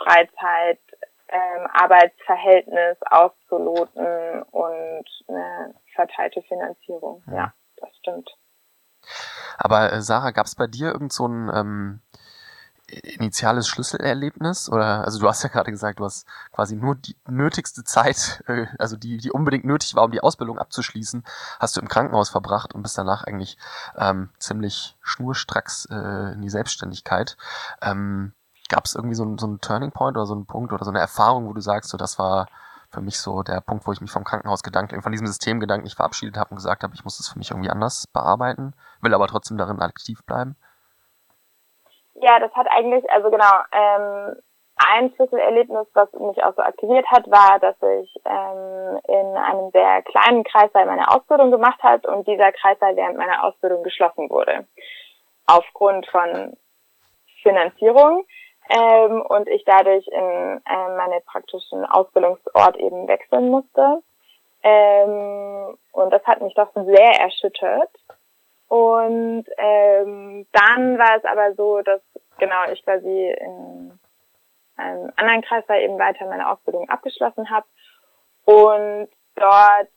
Arbeitsverhältnis auszuloten und eine verteilte Finanzierung. Ja, das stimmt. Aber Sarah, gab es bei dir irgend so ein initiales Schlüsselerlebnis? Oder, also du hast ja gerade gesagt, du hast quasi nur die nötigste Zeit, also die unbedingt nötig war, um die Ausbildung abzuschließen, hast du im Krankenhaus verbracht und bist danach eigentlich ziemlich schnurstracks in die Selbstständigkeit. Gab es irgendwie so einen Turning Point oder so einen Punkt oder so eine Erfahrung, wo du sagst, so das war für mich so der Punkt, wo ich mich vom Krankenhaus von diesem System gedanklich verabschiedet habe und gesagt habe, ich muss das für mich irgendwie anders bearbeiten, will aber trotzdem darin aktiv bleiben? Ja, das hat eigentlich, also genau, ein Schlüsselerlebnis, was mich auch so aktiviert hat, war, dass ich in einem sehr kleinen Kreißsaal meine Ausbildung gemacht habe und dieser Kreißsaal während meiner Ausbildung geschlossen wurde. Aufgrund von Finanzierung. und ich dadurch in meine praktischen Ausbildungsort eben wechseln musste. Und das hat mich doch sehr erschüttert. Und dann war es aber so, dass genau ich quasi in einem anderen Kreis da eben weiter meine Ausbildung abgeschlossen habe und dort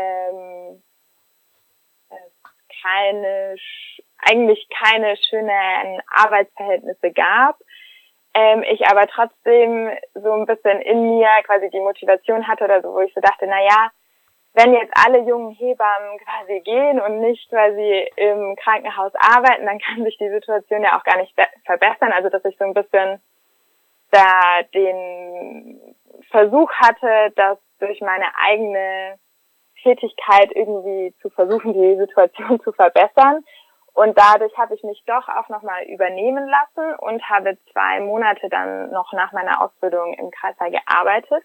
eigentlich keine schönen Arbeitsverhältnisse gab. Ich aber trotzdem so ein bisschen in mir quasi die Motivation hatte oder so, wo ich so dachte, wenn jetzt alle jungen Hebammen quasi gehen und nicht quasi im Krankenhaus arbeiten, dann kann sich die Situation ja auch gar nicht verbessern. Also dass ich so ein bisschen da den Versuch hatte, das durch meine eigene Tätigkeit irgendwie zu versuchen, die Situation zu verbessern. Und dadurch habe ich mich doch auch nochmal übernehmen lassen und habe 2 Monate dann noch nach meiner Ausbildung im Kreißsaal gearbeitet.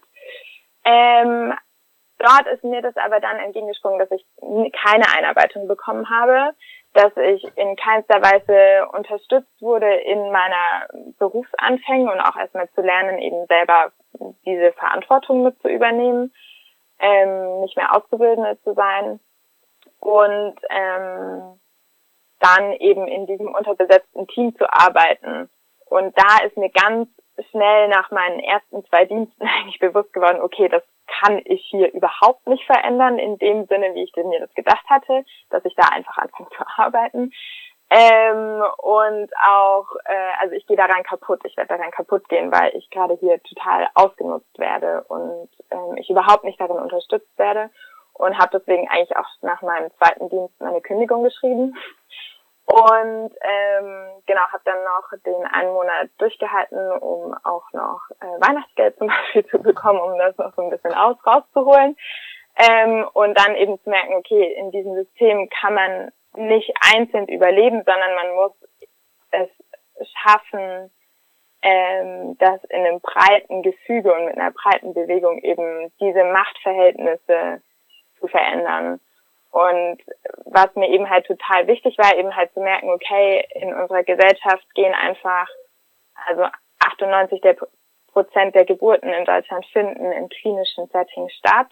Dort ist mir das aber dann entgegengesprungen, dass ich keine Einarbeitung bekommen habe, dass ich in keinster Weise unterstützt wurde in meiner Berufsanfänge und auch erstmal zu lernen, eben selber diese Verantwortung mit zu übernehmen, nicht mehr Auszubildende zu sein und dann eben in diesem unterbesetzten Team zu arbeiten. Und da ist mir ganz schnell nach meinen ersten 2 Diensten eigentlich bewusst geworden, okay, das kann ich hier überhaupt nicht verändern, in dem Sinne, wie ich mir das gedacht hatte, dass ich da einfach anfange zu arbeiten. Und auch, also ich gehe daran kaputt, ich werde daran kaputt gehen, weil ich gerade hier total ausgenutzt werde und ich überhaupt nicht darin unterstützt werde und habe deswegen eigentlich auch nach meinem 2. Dienst meine Kündigung geschrieben. Und genau, habe dann noch den 1 Monat durchgehalten, um auch noch Weihnachtsgeld zum Beispiel zu bekommen, um das noch so ein bisschen rauszuholen. Und dann eben zu merken, okay, in diesem System kann man nicht einzeln überleben, sondern man muss es schaffen, dass in einem breiten Gefüge und mit einer breiten Bewegung eben diese Machtverhältnisse zu verändern. Und was mir eben halt total wichtig war, eben halt zu merken, okay, in unserer Gesellschaft gehen einfach, also 98% der Geburten in Deutschland finden in klinischen Settings statt.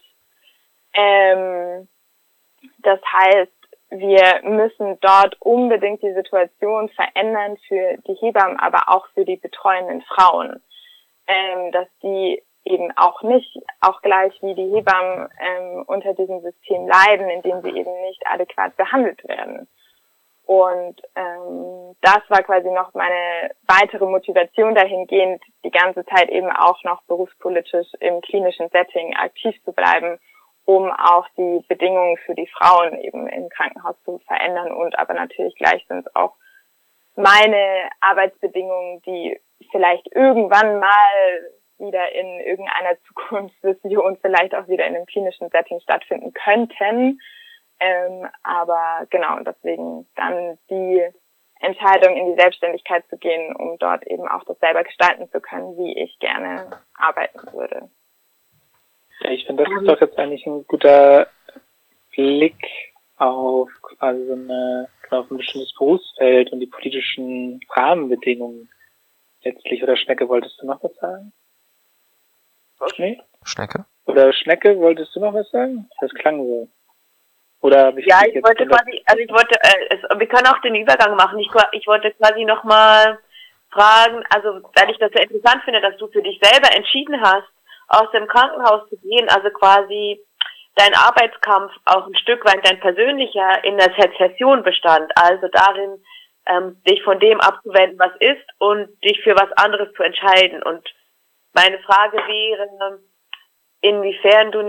Das heißt, wir müssen dort unbedingt die Situation verändern für die Hebammen, aber auch für die betreuenden Frauen, dass die eben auch nicht, auch gleich wie die Hebammen unter diesem System leiden, indem sie eben nicht adäquat behandelt werden. Und das war quasi noch meine weitere Motivation dahingehend, die ganze Zeit eben auch noch berufspolitisch im klinischen Setting aktiv zu bleiben, um auch die Bedingungen für die Frauen eben im Krankenhaus zu verändern und aber natürlich gleich sind es auch meine Arbeitsbedingungen, die vielleicht irgendwann mal wieder in irgendeiner Zukunftsvision vielleicht auch wieder in einem klinischen Setting stattfinden könnten. Aber genau, deswegen dann die Entscheidung, in die Selbstständigkeit zu gehen, um dort eben auch das selber gestalten zu können, wie ich gerne arbeiten würde. Ja, ich finde, das ist doch jetzt eigentlich ein guter Blick auf quasi auf ein bestimmtes Berufsfeld und die politischen Rahmenbedingungen letztlich. Oder Schnecke, wolltest du noch was sagen? Was? Nee? Schnecke? Oder Schnecke, wolltest du noch was sagen? Das klang so. Oder ja, ich wollte quasi, wir können auch den Übergang machen. Ich wollte quasi nochmal fragen, also weil ich das sehr interessant finde, dass du für dich selber entschieden hast, aus dem Krankenhaus zu gehen, also quasi dein Arbeitskampf auch ein Stück weit dein persönlicher in der Sezession bestand, also darin, dich von dem abzuwenden, was ist und dich für was anderes zu entscheiden. Und meine Frage wäre, inwiefern du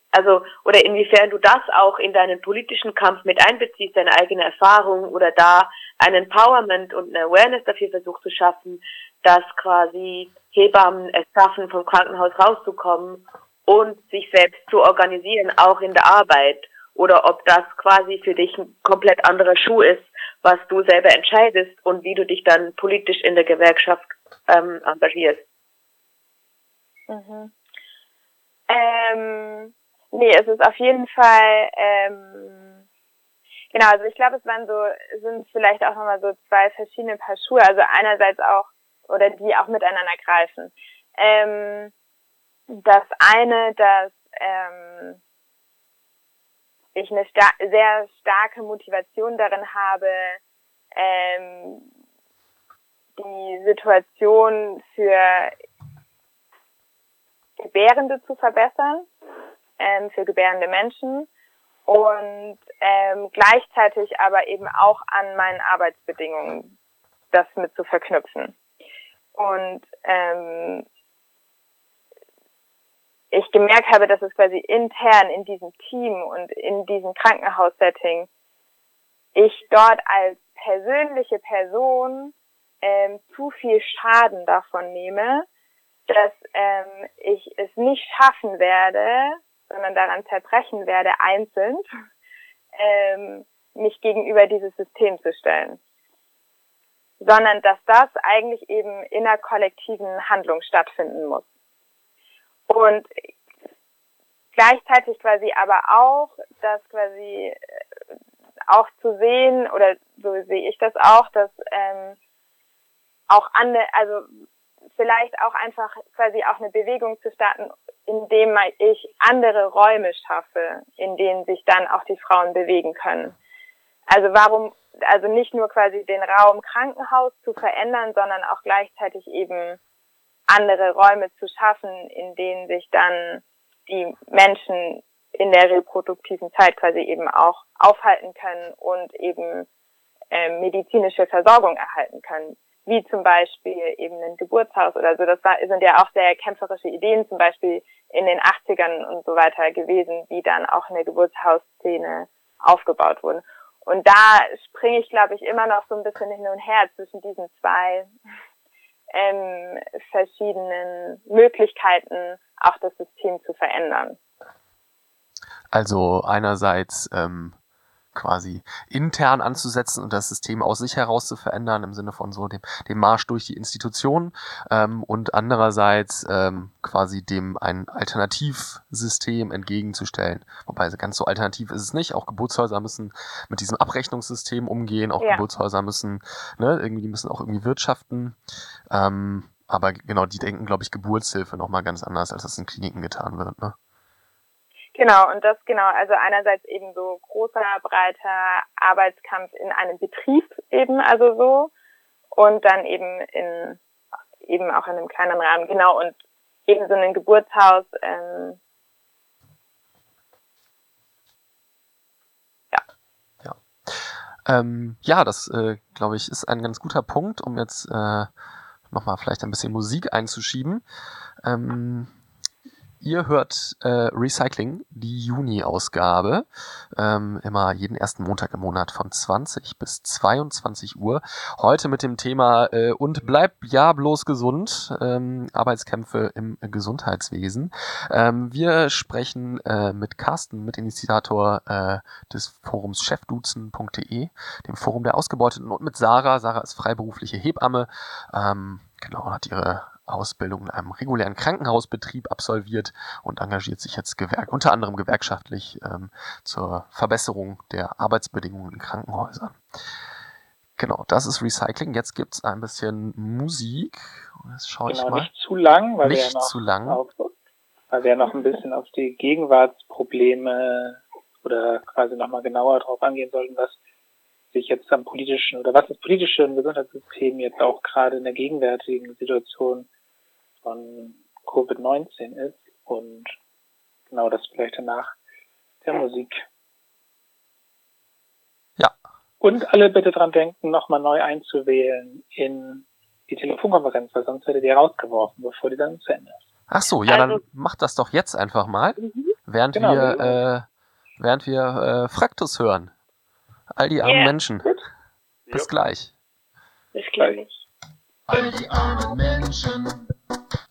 das auch in deinen politischen Kampf mit einbeziehst, deine eigene Erfahrung oder da ein Empowerment und eine Awareness dafür versuchst zu schaffen, dass quasi Hebammen es schaffen, vom Krankenhaus rauszukommen und sich selbst zu organisieren, auch in der Arbeit. Oder ob das quasi für dich ein komplett anderer Schuh ist, was du selber entscheidest und wie du dich dann politisch in der Gewerkschaft engagierst. Mhm. Nee, es ist auf jeden Fall, genau, also ich glaube, sind vielleicht auch nochmal so 2 verschiedene Paar Schuhe. Also einerseits auch, oder die auch miteinander greifen. Das eine, dass ich eine sehr starke Motivation darin habe, die Situation für Gebärende zu verbessern, für gebärende Menschen und gleichzeitig aber eben auch an meinen Arbeitsbedingungen das mit zu verknüpfen. Und ich gemerkt habe, dass es quasi intern in diesem Team und in diesem Krankenhaussetting ich dort als persönliche Person zu viel Schaden davon nehme, dass ich es nicht schaffen werde, sondern daran zerbrechen werde, einzeln mich gegenüber dieses System zu stellen. Sondern dass das eigentlich eben in einer kollektiven Handlung stattfinden muss. Und gleichzeitig quasi aber auch, das quasi auch zu sehen, oder so sehe ich das auch, dass auch andere, also vielleicht auch einfach quasi auch eine Bewegung zu starten, indem ich andere Räume schaffe, in denen sich dann auch die Frauen bewegen können. Also nicht nur quasi den Raum Krankenhaus zu verändern, sondern auch gleichzeitig eben andere Räume zu schaffen, in denen sich dann die Menschen in der reproduktiven Zeit quasi eben auch aufhalten können und eben medizinische Versorgung erhalten können. Wie zum Beispiel eben ein Geburtshaus oder so. Sind ja auch sehr kämpferische Ideen, zum Beispiel in den 80ern und so weiter gewesen, wie dann auch eine Geburtshausszene aufgebaut wurde. Und da springe ich, glaube ich, immer noch so ein bisschen hin und her zwischen diesen zwei verschiedenen Möglichkeiten, auch das System zu verändern. Also einerseits quasi intern anzusetzen und das System aus sich heraus zu verändern, im Sinne von so dem Marsch durch die Institutionen, und andererseits quasi dem ein Alternativsystem entgegenzustellen. Wobei ganz so alternativ ist es nicht. Auch Geburtshäuser müssen mit diesem Abrechnungssystem umgehen. Auch Geburtshäuser müssen, die müssen auch irgendwie wirtschaften. Aber genau, die denken, glaube ich, Geburtshilfe nochmal ganz anders, als das in Kliniken getan wird, ne? Genau, also einerseits eben so großer, breiter Arbeitskampf in einem Betrieb eben, also so, und dann eben auch in einem kleineren Rahmen, genau, und eben so ein Geburtshaus, das, glaube ich, ist ein ganz guter Punkt, um jetzt nochmal vielleicht ein bisschen Musik einzuschieben. Ihr hört Recycling, die Juni-Ausgabe, immer jeden ersten Montag im Monat von 20 bis 22 Uhr. Heute mit dem Thema und bleib ja bloß gesund, Arbeitskämpfe im Gesundheitswesen. Wir sprechen mit Carsten, Mitinitiator des Forums chefduzen.de, dem Forum der Ausgebeuteten, und mit Sarah. Sarah ist freiberufliche Hebamme, hat ihre Ausbildung in einem regulären Krankenhausbetrieb absolviert und engagiert sich jetzt unter anderem gewerkschaftlich zur Verbesserung der Arbeitsbedingungen in Krankenhäusern. Genau, das ist Recycling. Jetzt gibt es ein bisschen Musik. Jetzt schaue ich mal. Nicht zu lang, weil wir ja noch ein bisschen auf die Gegenwartsprobleme oder quasi nochmal genauer drauf angehen sollten, was sich jetzt was das politische im Gesundheitssystem jetzt auch gerade in der gegenwärtigen Situation von Covid-19 ist, und genau das vielleicht danach der Musik. Ja. Und alle bitte dran denken, nochmal neu einzuwählen in die Telefonkonferenz, weil sonst werdet ihr rausgeworfen, bevor die dann zu Ende ist. Ach so, ja, dann macht das doch jetzt einfach mal, während wir Fraktus hören. All die armen Menschen. Bis gleich. Bis gleich. All die armen Menschen.